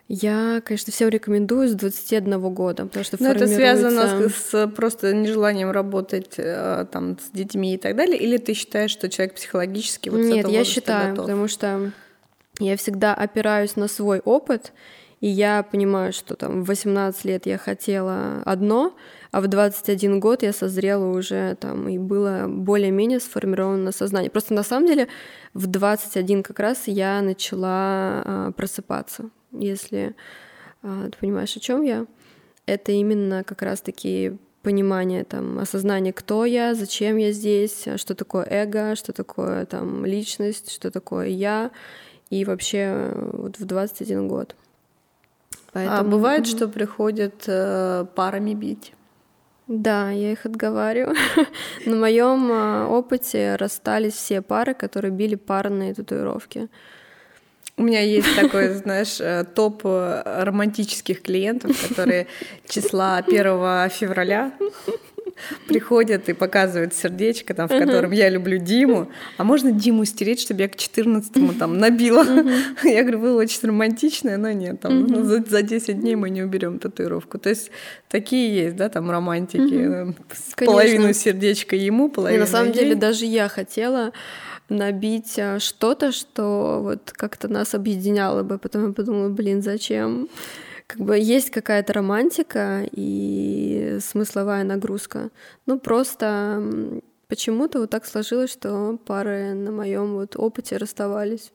Я, конечно, всем рекомендую с двадцати одного года, потому что Но это формируется... связано с, с просто нежеланием работать там, с детьми и так далее? Или ты считаешь, что человек психологически вот с Нет, этого я возраста считаю, готов? потому что я всегда опираюсь на свой опыт, и я понимаю, что там в восемнадцать лет я хотела одно, а в двадцать один год я созрела уже там, и было более-менее сформировано сознание. Просто на самом деле в двадцать один как раз я начала а, просыпаться. Если а, ты понимаешь, о чем я, это именно как раз-таки понимание, там, осознание, кто я, зачем я здесь, что такое эго, что такое там личность, что такое я, и вообще вот в двадцать один год. Поэтому... А бывает, угу. что приходят э, парами бить? Да, я их отговариваю. На моем опыте расстались все пары, которые били парные татуировки. У меня есть такой, знаешь, топ романтических клиентов, которые числа первого февраля приходят и показывают сердечко, там, в котором я люблю Диму, а можно Диму стереть, чтобы я к четырнадцатому там набила? Я говорю, вы очень романтичные, но нет, там, за, за десять дней мы не уберем татуировку. То есть такие есть, да, там романтики, половину сердечка ему, половину ей. На самом ей. деле даже я хотела набить что-то, что вот как-то нас объединяло бы. Потом я подумала, блин, зачем? Как бы есть какая-то романтика и смысловая нагрузка. Ну, просто почему-то вот так сложилось, что пары на моем вот опыте расставались.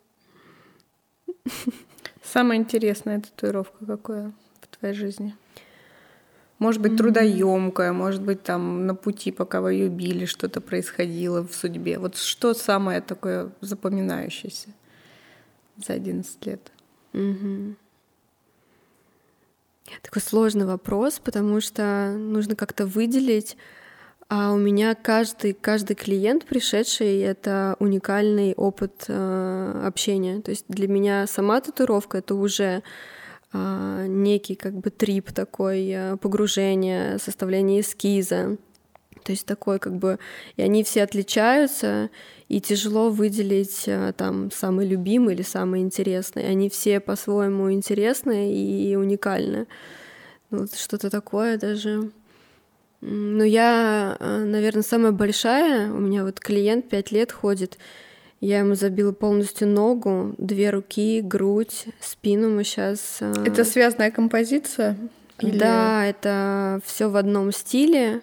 Самая интересная татуировка какая в твоей жизни? Может быть, трудоемкая, может быть, там на пути, пока вы ее били, что-то происходило в судьбе. Вот что самое такое запоминающееся за одиннадцать лет? Угу. Такой сложный вопрос, потому что нужно как-то выделить. А у меня каждый, каждый клиент, пришедший, это уникальный опыт э, общения. То есть для меня сама татуировка — это уже э, некий как бы трип такой, э, погружение, составление эскиза. То есть такой как бы... И они все отличаются, и тяжело выделить э, там самый любимый или самый интересный. Они все по-своему интересны и уникальны. Ну, вот что-то такое даже... Ну, я, наверное, самая большая. У меня вот клиент пять лет ходит. Я ему забила полностью ногу, две руки, грудь, спину мы сейчас... Это связанная композиция? Или... Да, это все в одном стиле.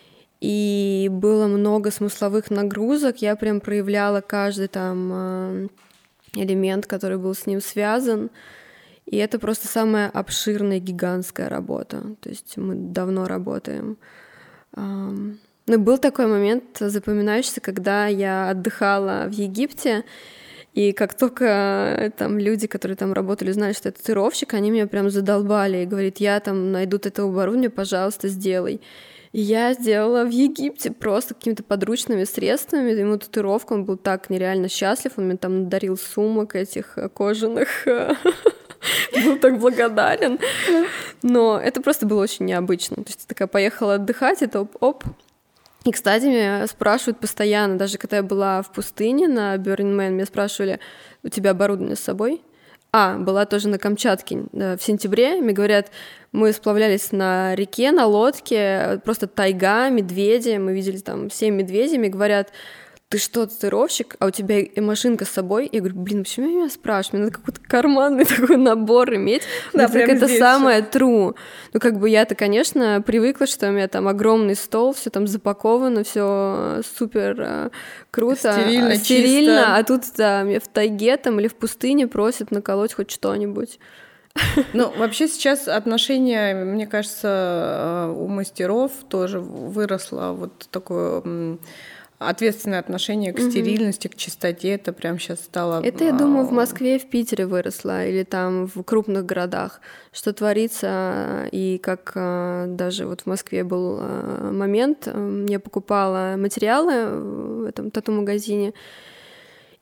И было много смысловых нагрузок. Я прям проявляла каждый там элемент, который был с ним связан. И это просто самая обширная, гигантская работа. То есть мы давно работаем. Ну, был такой момент запоминающийся, когда я отдыхала в Египте, и как только там люди, которые там работали, знали, что я татуировщик, они меня прям задолбали и говорят, я там найду это оборудование, пожалуйста, сделай. И я сделала в Египте просто какими-то подручными средствами, ему татуировку, он был так нереально счастлив, он мне там надарил сумок этих кожаных, был так благодарен. Но это просто было очень необычно. То есть я такая поехала отдыхать, и топ-оп. И, кстати, меня спрашивают постоянно, даже когда я была в пустыне на Burning Man, меня спрашивали, у тебя оборудование с собой? А, была тоже на Камчатке в сентябре, мне говорят, мы сплавлялись на реке, на лодке, просто тайга, медведи, мы видели там семь медведей, мне говорят, ты что, татуировщик, а у тебя и машинка с собой? Я говорю, блин, почему меня спрашивают? Мне надо какой-то карманный такой набор иметь. Да, так это самое true. Ну, как бы я-то, конечно, привыкла, что у меня там огромный стол, все там запаковано, все супер э, круто. Стерильно, стерильно, чисто. А тут, да, меня в тайге там или в пустыне просят наколоть хоть что-нибудь. Ну, вообще сейчас отношение, мне кажется, у мастеров тоже выросло вот такое... ответственное отношение к стерильности, к чистоте, это прям сейчас стало... Это, я думаю, в Москве и в Питере выросло, или там в крупных городах, что творится, и как даже вот в Москве был момент, я покупала материалы в этом тату-магазине,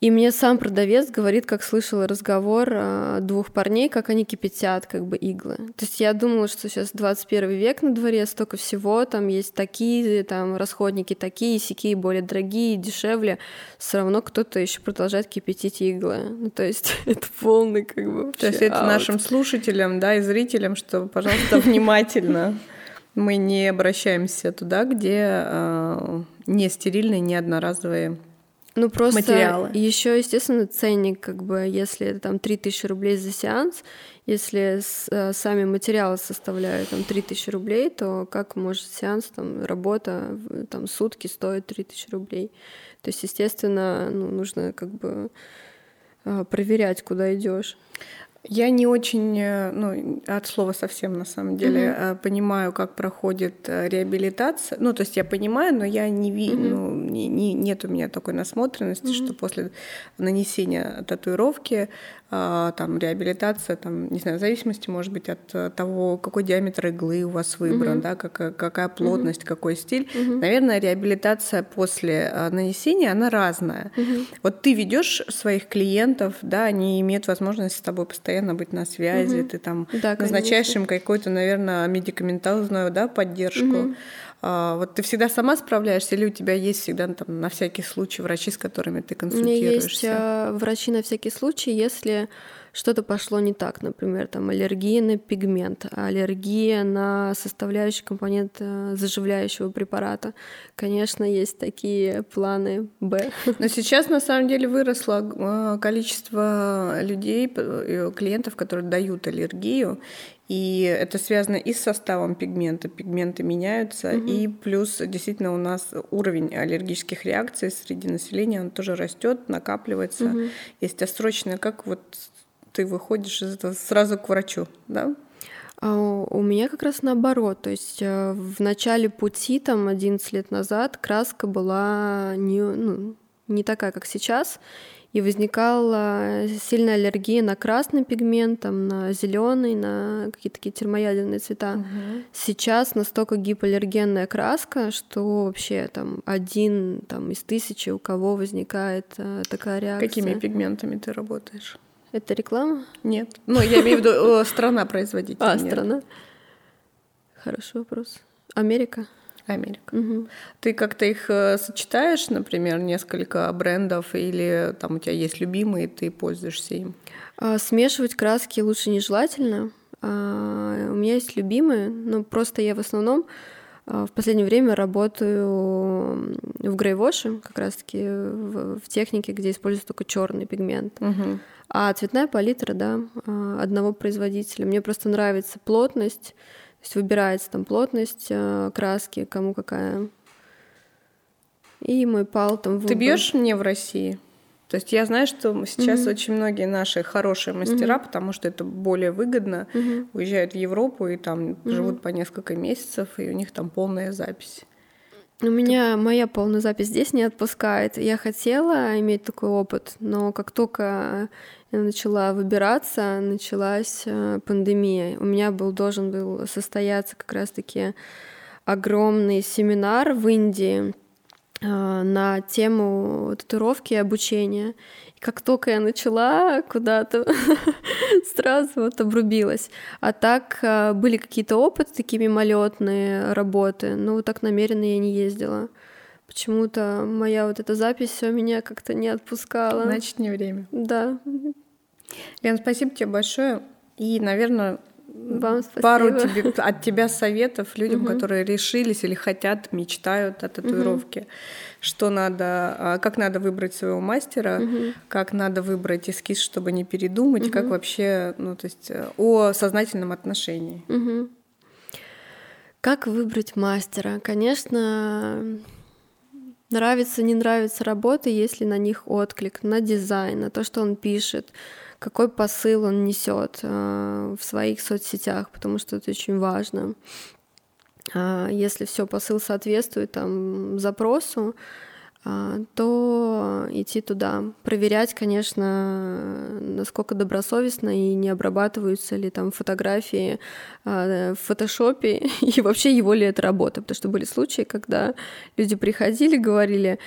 И мне сам продавец говорит, как слышала разговор а, двух парней, как они кипятят как бы иглы. То есть я думала, что сейчас двадцать первый век на дворе, столько всего, там есть такие там расходники, такие, сякие, более дорогие, дешевле. Все равно кто-то еще продолжает кипятить иглы. Ну, то есть это полный как бы То есть это аут. Нашим слушателям, да, и зрителям, что, пожалуйста, внимательно. Мы не обращаемся туда, где э, не стерильные, не одноразовые ну, просто материалы. Еще, естественно, ценник, как бы, если это там три тысячи рублей за сеанс, если с, а, сами материалы составляют там три тысячи рублей, то как может сеанс, там, работа, там, сутки стоит три тысячи рублей? То есть, естественно, ну, нужно как бы проверять, куда идешь. Я не очень, ну, от слова совсем на самом деле, uh-huh. понимаю, как проходит реабилитация. Ну, то есть я понимаю, но я не вижу, uh-huh. ну, не, не, нет у меня такой насмотренности, uh-huh. что после нанесения татуировки там реабилитация, там, не знаю, в зависимости, может быть, от того, какой диаметр иглы у вас выбран, uh-huh. да, какая, какая плотность, uh-huh. какой стиль. Uh-huh. Наверное, реабилитация после нанесения, она разная. Uh-huh. Вот ты ведешь своих клиентов, да, они имеют возможность с тобой постоянно быть на связи, uh-huh. ты там да, назначаешь конечно. Им какую-то, наверное, медикаментозную, да, поддержку. Uh-huh. А, вот ты всегда сама справляешься, или у тебя есть всегда там, на всякий случай врачи, с которыми ты консультируешься? У меня есть а, врачи на всякий случай, если что-то пошло не так, например, там аллергия на пигмент, аллергия на составляющий компонент а, заживляющего препарата. Конечно, есть такие планы Б. Но сейчас на самом деле выросло количество людей, клиентов, которые дают аллергию. И это связано и с составом пигмента. Пигменты меняются, угу. и плюс действительно у нас уровень аллергических реакций среди населения, он тоже растет, накапливается. Угу. Есть отсрочное, как вот ты выходишь из этого сразу к врачу, да? А у меня как раз наоборот. То есть в начале пути, там, одиннадцать лет назад, краска была не, ну, не такая, как сейчас. И возникала сильная аллергия на красный пигмент, там, на зеленый, на какие-то такие термоядерные цвета. Угу. Сейчас настолько гипоаллергенная краска, что вообще там один там, из тысячи у кого возникает а, такая реакция. Какими пигментами ты работаешь? Это реклама? Нет. Ну, я имею в виду страна-производитель. А, страна? Хороший вопрос. Америка? Америка. Угу. Ты как-то их сочетаешь, например, несколько брендов, или там у тебя есть любимые, и ты пользуешься им? А, смешивать краски лучше нежелательно. А, у меня есть любимые, но просто я в основном а, в последнее время работаю в грейвоше, как раз-таки в, в технике, где используется только черный пигмент. Угу. А цветная палитра, да, одного производителя. Мне просто нравится плотность. То есть выбирается там плотность э, краски, кому какая. И мой пал там выбор. Ты бьешь не в России? То есть я знаю, что сейчас mm-hmm. очень многие наши хорошие мастера, mm-hmm. потому что это более выгодно, mm-hmm. уезжают в Европу и там mm-hmm. живут по несколько месяцев, и у них там полная запись. У меня моя полная запись здесь не отпускает. Я хотела иметь такой опыт, но как только я начала выбираться, началась пандемия. У меня был должен был состояться как раз-таки огромный семинар в Индии на тему татуировки и обучения. И как только я начала, куда-то сразу вот обрубилась. А так были какие-то опыты, такие мимолетные работы, но вот так намеренно я не ездила. Почему-то моя вот эта запись все меня как-то не отпускала. Значит, не время. Да. Лен, спасибо тебе большое. И, наверное, вам спасибо. Пару тебе, от тебя советов людям, угу. которые решились или хотят, мечтают о татуировке. Угу. Что надо, как надо выбрать своего мастера, угу. как надо выбрать эскиз, чтобы не передумать, угу. как вообще, ну, то есть о сознательном отношении. Угу. Как выбрать мастера? Конечно, нравится, не нравится работа, если на них отклик, на дизайн, на то, что он пишет, какой посыл он несет э, в своих соцсетях, потому что это очень важно. А если все посыл соответствует там запросу, э, то идти туда, проверять, конечно, насколько добросовестно и не обрабатываются ли там фотографии э, в фотошопе и вообще его ли это работа, потому что были случаи, когда люди приходили, говорили: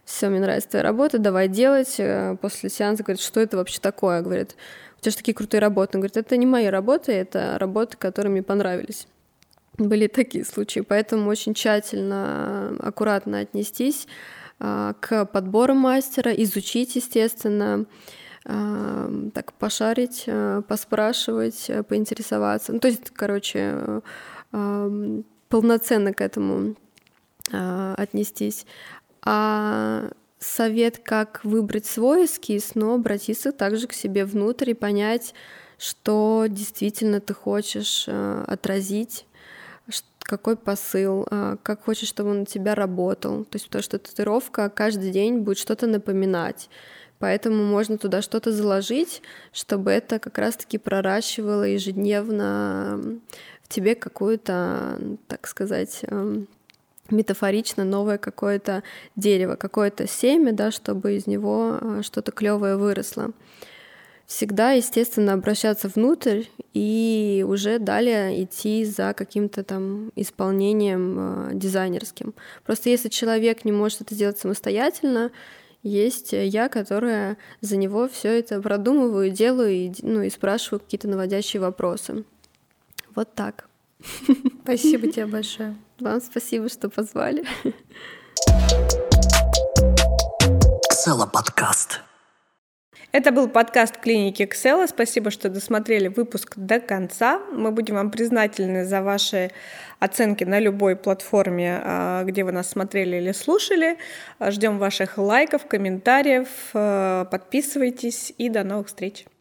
все, мне нравится твоя работа, давай делать. После сеанса говорит, что это вообще такое? Говорит, у тебя же такие крутые работы. Он говорит, это не мои работы, это работы, которые мне понравились. Были такие случаи, поэтому очень тщательно, аккуратно отнестись к подбору мастера, изучить, естественно, так пошарить, поспрашивать, поинтересоваться. Ну, то есть, короче, полноценно к этому отнестись. А совет, как выбрать свой эскиз, но обратиться также к себе внутрь и понять, что действительно ты хочешь отразить, какой посыл, как хочешь, чтобы он на тебя работал. То есть потому что татуировка каждый день будет что-то напоминать. Поэтому можно туда что-то заложить, чтобы это как раз-таки проращивало ежедневно в тебе какую-то, так сказать, метафорично новое какое-то дерево, какое-то семя, да, чтобы из него что-то клевое выросло. Всегда, естественно, обращаться внутрь и уже далее идти за каким-то там исполнением дизайнерским. Просто если человек не может это сделать самостоятельно, есть я, которая за него все это продумываю, делаю и, ну, и спрашиваю какие-то наводящие вопросы. Вот так. Спасибо тебе большое. Вам спасибо, что позвали. Ксела подкаст. Это был подкаст клиники Ксела. Спасибо, что досмотрели выпуск до конца. Мы будем вам признательны за ваши оценки на любой платформе, где вы нас смотрели или слушали. Ждем ваших лайков, комментариев. Подписывайтесь и до новых встреч.